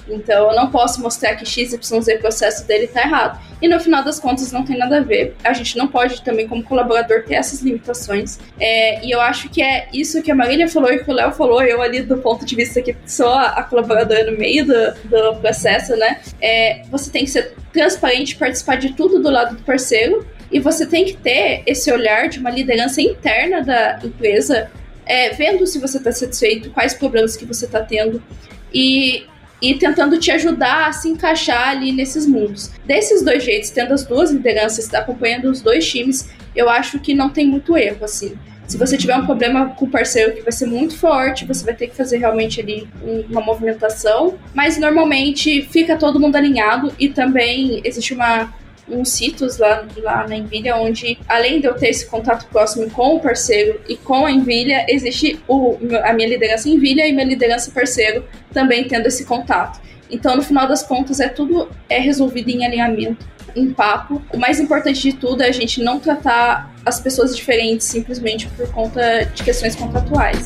Speaker 4: Então eu não posso mostrar que XYZ processo dele tá errado. E no final das contas não tem nada a ver. A gente não pode também, como colaborador, ter essas limitações. E eu acho que é isso que a Marília falou e que o Léo falou, eu ali do ponto de vista que sou a colaboradora no meio do processo, né? Você tem que ser transparente, participar de tudo do lado do parceiro, e você tem que ter esse olhar de uma liderança interna da empresa, vendo se você está satisfeito, quais problemas que você está tendo, e tentando te ajudar a se encaixar ali nesses mundos. Desses dois jeitos, tendo as duas lideranças, acompanhando os dois times, eu acho que não tem muito erro, assim. Se você tiver um problema com o parceiro que vai ser muito forte, você vai ter que fazer realmente ali uma movimentação, mas normalmente fica todo mundo alinhado, e também existe uns sítios lá na NVIDIA onde, além de eu ter esse contato próximo com o parceiro e com a NVIDIA, existe a minha liderança NVIDIA e minha liderança parceiro também tendo esse contato. Então, no final das contas, tudo é resolvido em alinhamento, em papo. O mais importante de tudo é a gente não tratar as pessoas diferentes simplesmente por conta de questões contratuais.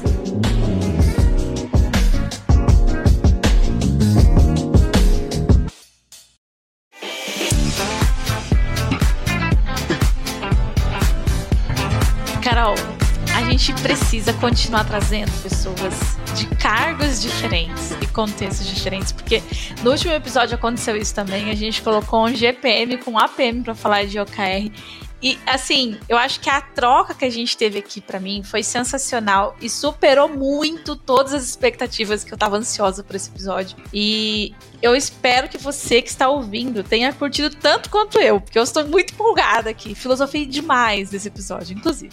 Speaker 1: Carol, a gente precisa continuar trazendo pessoas de cargos diferentes e contextos diferentes, porque no último episódio aconteceu isso também. A gente colocou um GPM com um APM para falar de OKR. E, assim, eu acho que a troca que a gente teve aqui, pra mim, foi sensacional e superou muito todas as expectativas que eu tava ansiosa por esse episódio. E eu espero que você que está ouvindo tenha curtido tanto quanto eu, porque eu estou muito empolgada aqui. Filosofei demais nesse episódio, inclusive.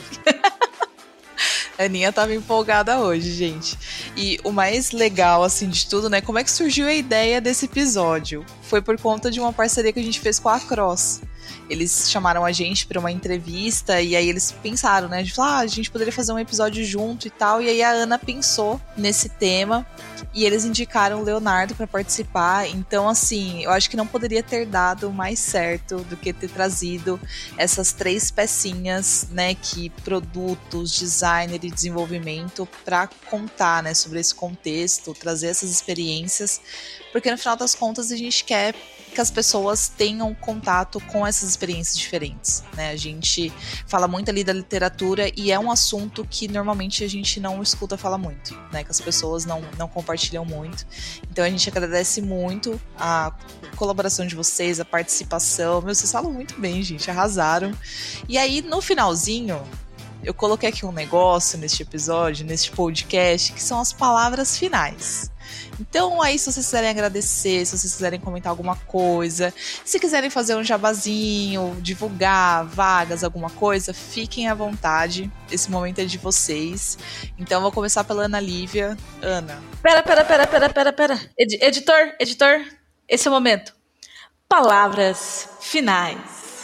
Speaker 2: A Aninha tava empolgada hoje, gente. E o mais legal, assim, de tudo, né? Como é que surgiu a ideia desse episódio? Foi por conta de uma parceria que a gente fez com a Across. Eles chamaram a gente para uma entrevista e aí eles pensaram, né? A gente poderia fazer um episódio junto e tal. E aí a Ana pensou nesse tema e eles indicaram o Leonardo para participar. Então, assim, eu acho que não poderia ter dado mais certo do que ter trazido essas 3 pecinhas, né? Que produtos, designer e desenvolvimento para contar, né? Sobre esse contexto, trazer essas experiências. Porque no final das contas a gente quer que as pessoas tenham contato com essas experiências diferentes, né? A gente fala muito ali da literatura e é um assunto que normalmente a gente não escuta falar muito, né? Que as pessoas não compartilham muito. Então a gente agradece muito a colaboração de vocês, a participação. Vocês falam muito bem, gente, arrasaram. E aí, no finalzinho, eu coloquei aqui um negócio neste episódio, neste podcast, que são as palavras finais. Então aí, se vocês quiserem agradecer, se vocês quiserem comentar alguma coisa, se quiserem fazer um jabazinho, divulgar vagas, alguma coisa, fiquem à vontade. Esse momento é de vocês. Então eu vou começar pela Ana Lívia. Ana.
Speaker 1: Pera. Editor, esse é o momento. Palavras finais.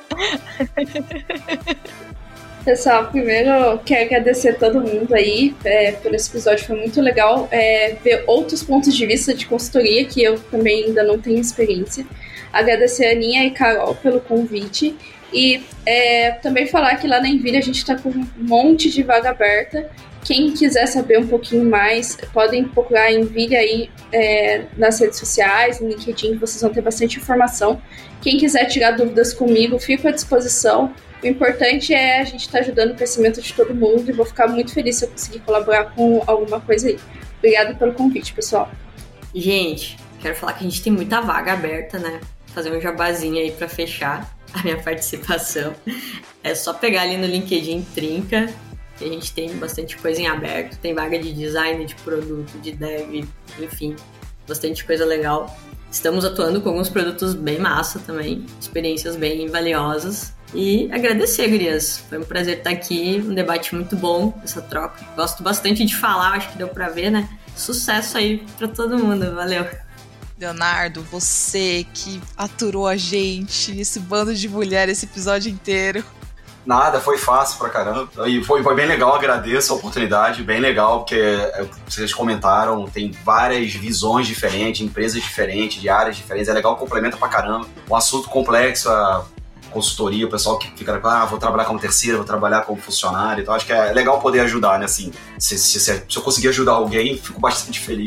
Speaker 4: Pessoal, primeiro eu quero agradecer a todo mundo aí por esse episódio, foi muito legal ver outros pontos de vista de consultoria que eu também ainda não tenho experiência. Agradecer a Aninha e a Carol pelo convite e também falar que lá na NVIDIA a gente está com um monte de vaga aberta. Quem quiser saber um pouquinho mais, podem procurar a NVIDIA aí nas redes sociais, no LinkedIn, vocês vão ter bastante informação. Quem quiser tirar dúvidas comigo, fico à disposição. O importante é a gente estar ajudando o crescimento de todo mundo e vou ficar muito feliz se eu conseguir colaborar com alguma coisa aí. Obrigada pelo convite, pessoal.
Speaker 3: Gente, quero falar que a gente tem muita vaga aberta, né? Fazer um jabazinho aí para fechar a minha participação. É só pegar ali no LinkedIn Trinca, que a gente tem bastante coisa em aberto. Tem vaga de design, de produto, de dev, enfim, bastante coisa legal. Estamos atuando com alguns produtos bem massa também, experiências bem valiosas. E agradecer, gurias. Foi um prazer estar aqui, um debate muito bom, essa troca. Gosto bastante de falar, acho que deu pra ver, né? Sucesso aí pra todo mundo, valeu.
Speaker 2: Leonardo, você que aturou a gente, esse bando de mulher, esse episódio inteiro.
Speaker 5: Nada, foi fácil pra caramba. E foi bem legal, agradeço a oportunidade, bem legal, porque vocês comentaram, tem várias visões diferentes, empresas diferentes, de áreas diferentes, é legal, complementa pra caramba. Um assunto complexo, a consultoria, o pessoal que fica, vou trabalhar como terceira, vou trabalhar como funcionário, então acho que é legal poder ajudar, né, assim, se eu conseguir ajudar alguém, fico bastante feliz.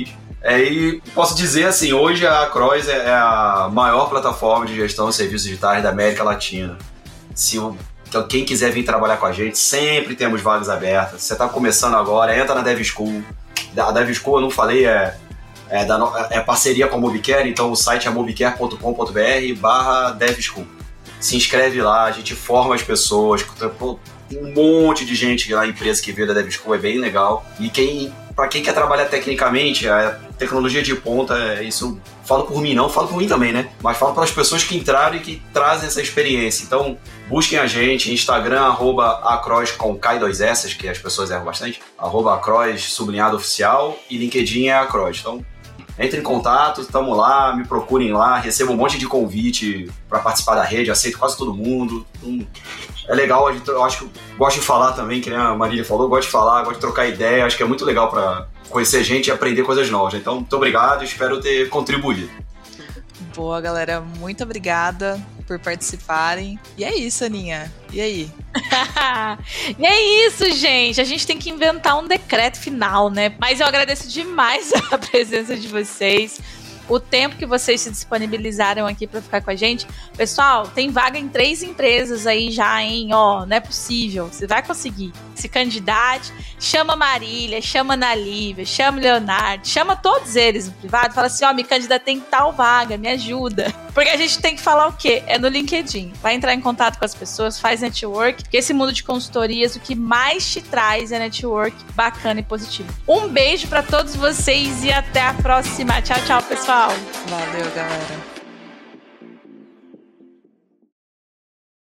Speaker 5: E posso dizer assim, hoje a Acroz é a maior plataforma de gestão de serviços digitais da América Latina. Então, quem quiser vir trabalhar com a gente, sempre temos vagas abertas. Você está começando agora, entra na DevSchool. A DevSchool, eu não falei, é parceria com a Mobicare, então o site é mobicare.com.br/DevSchool. Se inscreve lá, a gente forma as pessoas. Tem um monte de gente na empresa que veio da DevSchool, é bem legal. E para quem quer trabalhar tecnicamente, a tecnologia de ponta, isso falo por mim, não falo por mim também, né? Mas falo para as pessoas que entraram e que trazem essa experiência. Então, busquem a gente, Instagram, @acroz com K2S, que as pessoas erram bastante, @acroz_oficial, e LinkedIn é Acroz. Então, entre em contato, estamos lá, me procurem lá, recebo um monte de convite para participar da rede, aceito quase todo mundo. É legal, eu acho que eu gosto de falar também, que nem a Marília falou, gosto de falar, gosto de trocar ideia, acho que é muito legal para conhecer gente e aprender coisas novas. Então, muito obrigado, espero ter contribuído.
Speaker 2: Boa, galera, muito obrigada por participarem. E é isso, Aninha. E aí?
Speaker 1: E é isso, gente. A gente tem que inventar um decreto final, né? Mas eu agradeço demais a presença de vocês, o tempo que vocês se disponibilizaram aqui para ficar com a gente. Pessoal, tem vaga em 3 empresas aí já, hein? Ó, não é possível. Você vai conseguir. Se candidate, chama a Marília, chama a Ana Lívia, chama o Leonardo, chama todos eles no privado, fala assim, ó, me candidatei em tal vaga, me ajuda. Porque a gente tem que falar o quê? É no LinkedIn. Vai entrar em contato com as pessoas, faz network, porque esse mundo de consultorias, o que mais te traz é network bacana e positivo. Um beijo para todos vocês e até a próxima. Tchau, tchau, pessoal.
Speaker 2: Valeu, galera.